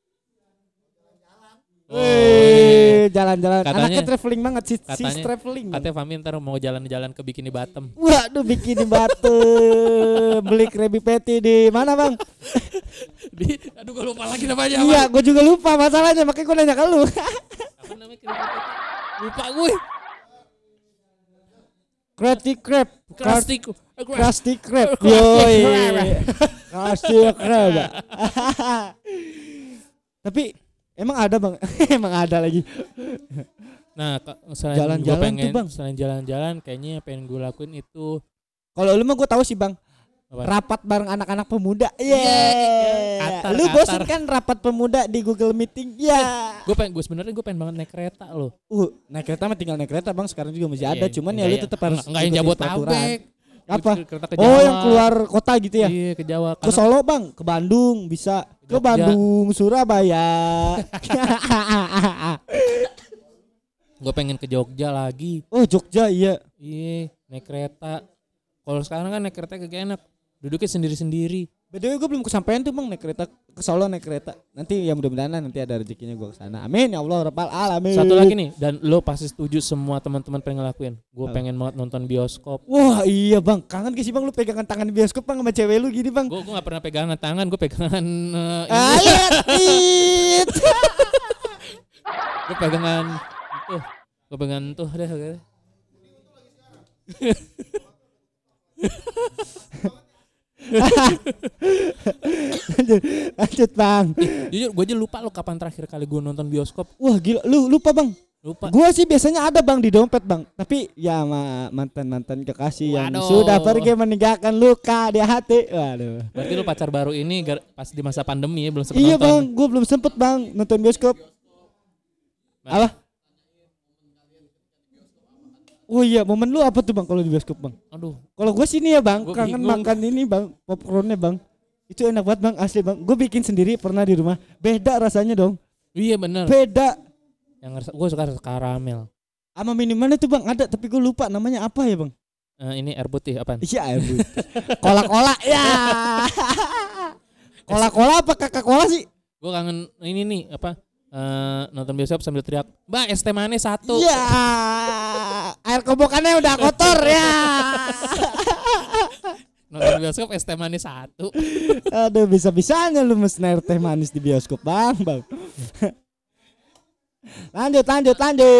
Speaker 2: Wih, jalan-jalan.
Speaker 1: Katanya-
Speaker 2: Anaknya traveling banget sih,
Speaker 1: katanya-
Speaker 2: traveling.
Speaker 1: Katanya Fami ntar mau jalan-jalan ke Bikini Bottom.
Speaker 2: Waduh, bikin di Batu. Beli Krabby Patty di mana Bang?
Speaker 1: Aduh gue lupa lagi namanya.
Speaker 2: Iya, gue juga lupa masalahnya, makanya gue nanya ke lu.
Speaker 1: Apa namanya? Lupa gue.
Speaker 2: Krusty Krab. Krusty Krab.
Speaker 1: Krusty
Speaker 2: Yoi.
Speaker 1: Krab.
Speaker 2: Krusty Krab. Tapi emang ada Bang? Emang ada lagi.
Speaker 1: Nah, selain
Speaker 2: Jalan-jalan
Speaker 1: gua pengen,
Speaker 2: tuh, Bang.
Speaker 1: selain jalan-jalan, kayaknya yang pengen gue lakuin itu
Speaker 2: Kalau lu mah gue tahu sih Bang.
Speaker 1: apa?
Speaker 2: Rapat bareng anak-anak pemuda.
Speaker 1: Qatar,
Speaker 2: Lu bosen
Speaker 1: Qatar.
Speaker 2: kan rapat pemuda di Google Meeting? Ya.
Speaker 1: Gue sebenarnya gue pengen banget naik kereta loh.
Speaker 2: Naik kereta mah tinggal naik kereta Bang, sekarang juga masih ada,
Speaker 1: Iya,
Speaker 2: cuman ya
Speaker 1: enggak
Speaker 2: lu tetap harus
Speaker 1: enggak yang
Speaker 2: ikutin
Speaker 1: Jabotabek.
Speaker 2: peraturan. Apa?
Speaker 1: Kereta ke Jawa.
Speaker 2: Oh, yang keluar kota gitu ya?
Speaker 1: Iya, ke Jawa.
Speaker 2: Ke Solo Bang, ke Bandung bisa. Ke
Speaker 1: Jogja.
Speaker 2: Bandung, Surabaya.
Speaker 1: Gue pengen ke Jogja lagi.
Speaker 2: Oh, Jogja iya.
Speaker 1: Iya, naik kereta. Kalau sekarang kan naik kereta kagak enak. Duduknya sendiri-sendiri.
Speaker 2: BTW gue belum kesampaian tuh Bang naik kereta ke Solo, naik kereta. Nanti ya mudah-mudahan nanti ada rezekinya gue ke sana. Amin ya Allah rabbal alamin.
Speaker 1: Satu lagi nih, dan lo pasti setuju semua teman-teman pengen ngelakuin. Gue
Speaker 2: Apa?
Speaker 1: pengen banget nonton bioskop.
Speaker 2: Wah, iya Bang. Kangen gak sih Bang lu pegangan tangan di bioskop Bang sama cewek lu gini Bang?
Speaker 1: Gue gak pernah pegangan tangan, gue pegangan
Speaker 2: Tit.
Speaker 1: gue pegangan gue pegangan tuh deh.
Speaker 2: Lanjut Bang.
Speaker 1: Jujur gue aja lupa lo kapan terakhir kali gue nonton bioskop.
Speaker 2: Wah gila, lu lupa Bang.
Speaker 1: Lupa.
Speaker 2: Gua sih biasanya ada Bang di dompet Bang. Tapi ya sama mantan-mantan kekasih yang
Speaker 1: Waduh.
Speaker 2: sudah pergi meninggalkan luka di hati. Waduh.
Speaker 1: Berarti lo pacar baru ini pas di masa pandemi ya belum sempat
Speaker 2: Iya
Speaker 1: nonton.
Speaker 2: Bang, gua belum sempet Bang nonton bioskop. Apa? Oh iya, momen lu apa tuh Bang kalau di bioskop Bang?
Speaker 1: Aduh,
Speaker 2: Kalau gua sini ya Bang,
Speaker 1: Gua
Speaker 2: kangen
Speaker 1: bingung.
Speaker 2: makan ini Bang, popcornnya Bang. Itu enak banget Bang, asli Bang. Gue bikin sendiri pernah di rumah. Beda rasanya dong.
Speaker 1: iya bener.
Speaker 2: Beda.
Speaker 1: Yang gue suka rasa karamel.
Speaker 2: Sama minumannya tuh Bang ada, tapi gue lupa namanya apa ya Bang.
Speaker 1: Ini air putih apaan?
Speaker 2: Iya air putih. Cola-cola ya. Cola-cola apa Coca-Cola sih?
Speaker 1: Gue kangen ini nih apa? Nonton bioskop sambil teriak, "Mbak, es teh manis satu."
Speaker 2: Iya. Air kobokannya udah kotor ya.
Speaker 1: Nonton bioskop es teh manis satu.
Speaker 2: Aduh, bisa-bisanya lu mesen air teh manis di bioskop Bang. Lanjut.
Speaker 1: Lanjut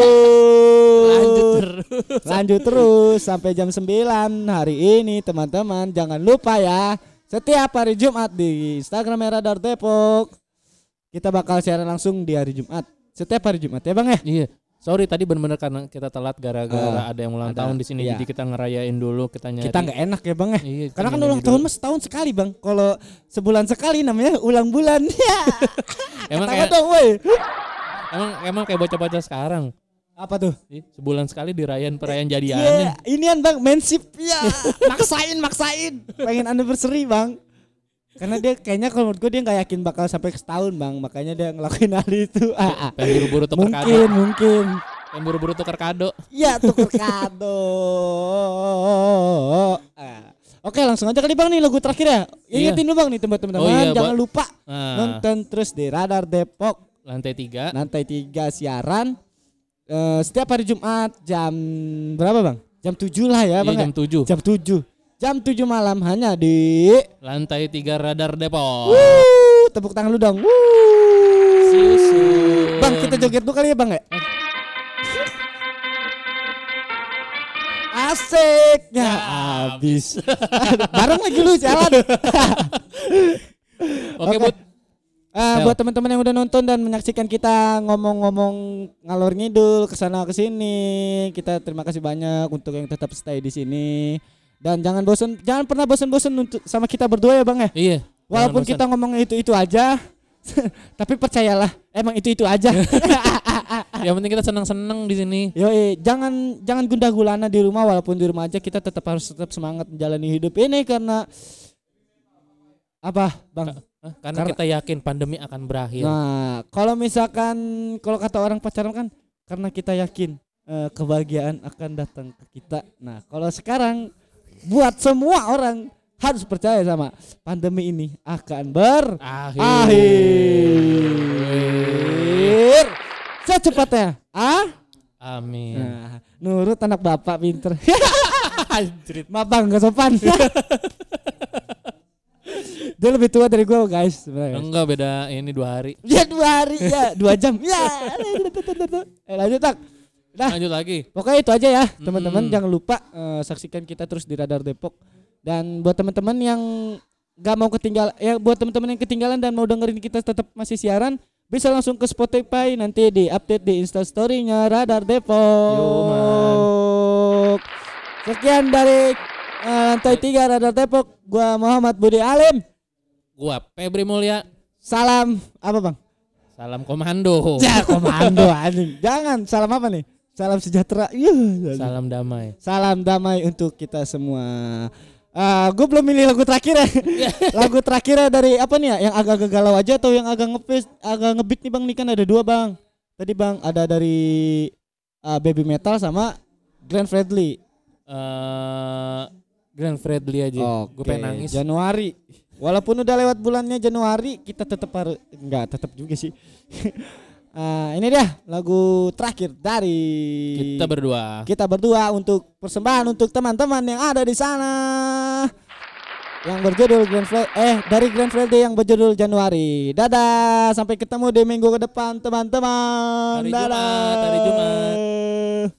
Speaker 1: terus.
Speaker 2: Lanjut terus sampai jam 9 hari ini teman-teman. Jangan lupa ya, setiap hari Jumat di Instagram Radar Depok kita bakal siaran langsung di hari Jumat. Setiap hari Jumat ya Bang ya.
Speaker 1: Iya. Sorry tadi benar-benar karena kita telat gara-gara ada yang ulang
Speaker 2: ada,
Speaker 1: tahun di sini,
Speaker 2: iya.
Speaker 1: jadi kita ngerayain dulu, kita nyari.
Speaker 2: Kita nggak enak ya Bang ya.
Speaker 1: Iya, kita
Speaker 2: Karena kan
Speaker 1: nyanyi
Speaker 2: ulang
Speaker 1: dulu.
Speaker 2: tahun mah setahun sekali Bang. Kalau sebulan sekali namanya ulang bulan. Ya.
Speaker 1: Emang
Speaker 2: Ketawa
Speaker 1: kayak
Speaker 2: dong woi.
Speaker 1: emang kayak bocah-bocah sekarang.
Speaker 2: Apa tuh?
Speaker 1: Ih, sebulan sekali dirayain perayaan jadiannya.
Speaker 2: Iya, inian Bang, mensip ya. maksain. Pengen anniversary Bang. Karena dia kayaknya kalau menurut gue dia nggak yakin bakal sampai setahun Bang, makanya dia ngelakuin hal itu.
Speaker 1: Pengen buru-buru tuker kado.
Speaker 2: Mungkin.
Speaker 1: Pengen buru-buru tuker kado.
Speaker 2: Ya tuker kado. Oke langsung aja kali Bang nih lagu terakhir ya.
Speaker 1: Iya.
Speaker 2: Ingetin lu Bang nih teman-teman,
Speaker 1: Oh iya,
Speaker 2: jangan
Speaker 1: buat-
Speaker 2: lupa
Speaker 1: Nah,
Speaker 2: nonton terus di Radar Depok
Speaker 1: lantai 3.
Speaker 2: lantai 3 siaran Setiap hari Jumat jam berapa Bang? Jam 7 lah ya Bang.
Speaker 1: Iya, jam 7.
Speaker 2: Jam 7. Jam 7 malam hanya di
Speaker 1: Lantai 3 Radar Depok.
Speaker 2: tepuk tangan lu dong.
Speaker 1: See you soon.
Speaker 2: Bang, kita joget dulu kali ya Bang ya? Asiknya habis. Bareng lagi lu jalan.
Speaker 1: Oke, Bud.
Speaker 2: Buat teman-teman yang udah nonton dan menyaksikan kita ngomong-ngomong ngalor ngidul kesana kesini, kita terima kasih banyak untuk yang tetap stay di sini. Dan jangan pernah bosan-bosan untuk sama kita berdua ya Bang ya.
Speaker 1: Iya.
Speaker 2: Walaupun
Speaker 1: jangan
Speaker 2: kita ngomongnya itu aja, tapi percayalah emang itu aja.
Speaker 1: bosan. Yang penting kita senang-senang di sini.
Speaker 2: Jangan gundah gulana di rumah, walaupun di rumah aja kita harus tetap semangat menjalani hidup ini karena apa Bang?
Speaker 1: Karena kita yakin pandemi akan berakhir.
Speaker 2: Nah, kalau kata orang pacaran kan karena kita yakin kebahagiaan akan datang ke kita. Nah, kalau sekarang buat semua orang harus percaya sama pandemi ini akan berakhir secepatnya.
Speaker 1: Amin.
Speaker 2: Nah, nurut anak bapak pinter. Maaf Bang, gak sopan. Dia lebih tua dari gue guys sebenarnya.
Speaker 1: Enggak, beda ini 2 hari.
Speaker 2: Ya 2 hari ya 2 jam ya. Lanjut tak. Nah,
Speaker 1: Lanjut lagi.
Speaker 2: pokoknya itu aja ya teman-teman. Jangan lupa saksikan kita terus di Radar Depok. Dan buat teman-teman yang gak mau ketinggalan, ya buat teman-teman yang ketinggalan dan mau dengerin kita tetap masih siaran, bisa langsung ke Spotify, nanti di update di Instastory-nya Radar Depok.
Speaker 1: Yo, man.
Speaker 2: Sekian dari lantai 3 Radar Depok. Gua Muhammad Budi Alim.
Speaker 1: Gua Febri Mulya.
Speaker 2: Salam apa Bang?
Speaker 1: Salam komando.
Speaker 2: Ya komando anjing. Jangan salam apa nih? Salam sejahtera.
Speaker 1: Salam damai.
Speaker 2: Salam damai untuk kita semua. Gue belum milih lagu terakhir ya. Lagu terakhirnya dari apa nih ya? Yang agak-agak galau aja atau yang agak ngebeat nih Bang? Nih kan ada 2 Bang. Tadi Bang ada dari Baby Metal sama Glenn Fredly.
Speaker 1: Glenn Fredly aja. Gue pengen nangis.
Speaker 2: Januari. Walaupun udah lewat bulannya Januari, kita tetap harus tetap juga sih. Ini dia lagu terakhir dari Kita berdua untuk persembahan untuk teman-teman yang ada di sana. Yang berjudul dari Glenn Fredly yang berjudul Januari. Dadah, sampai ketemu di minggu ke depan teman-teman.
Speaker 1: Hari Jumat.
Speaker 2: Dadah.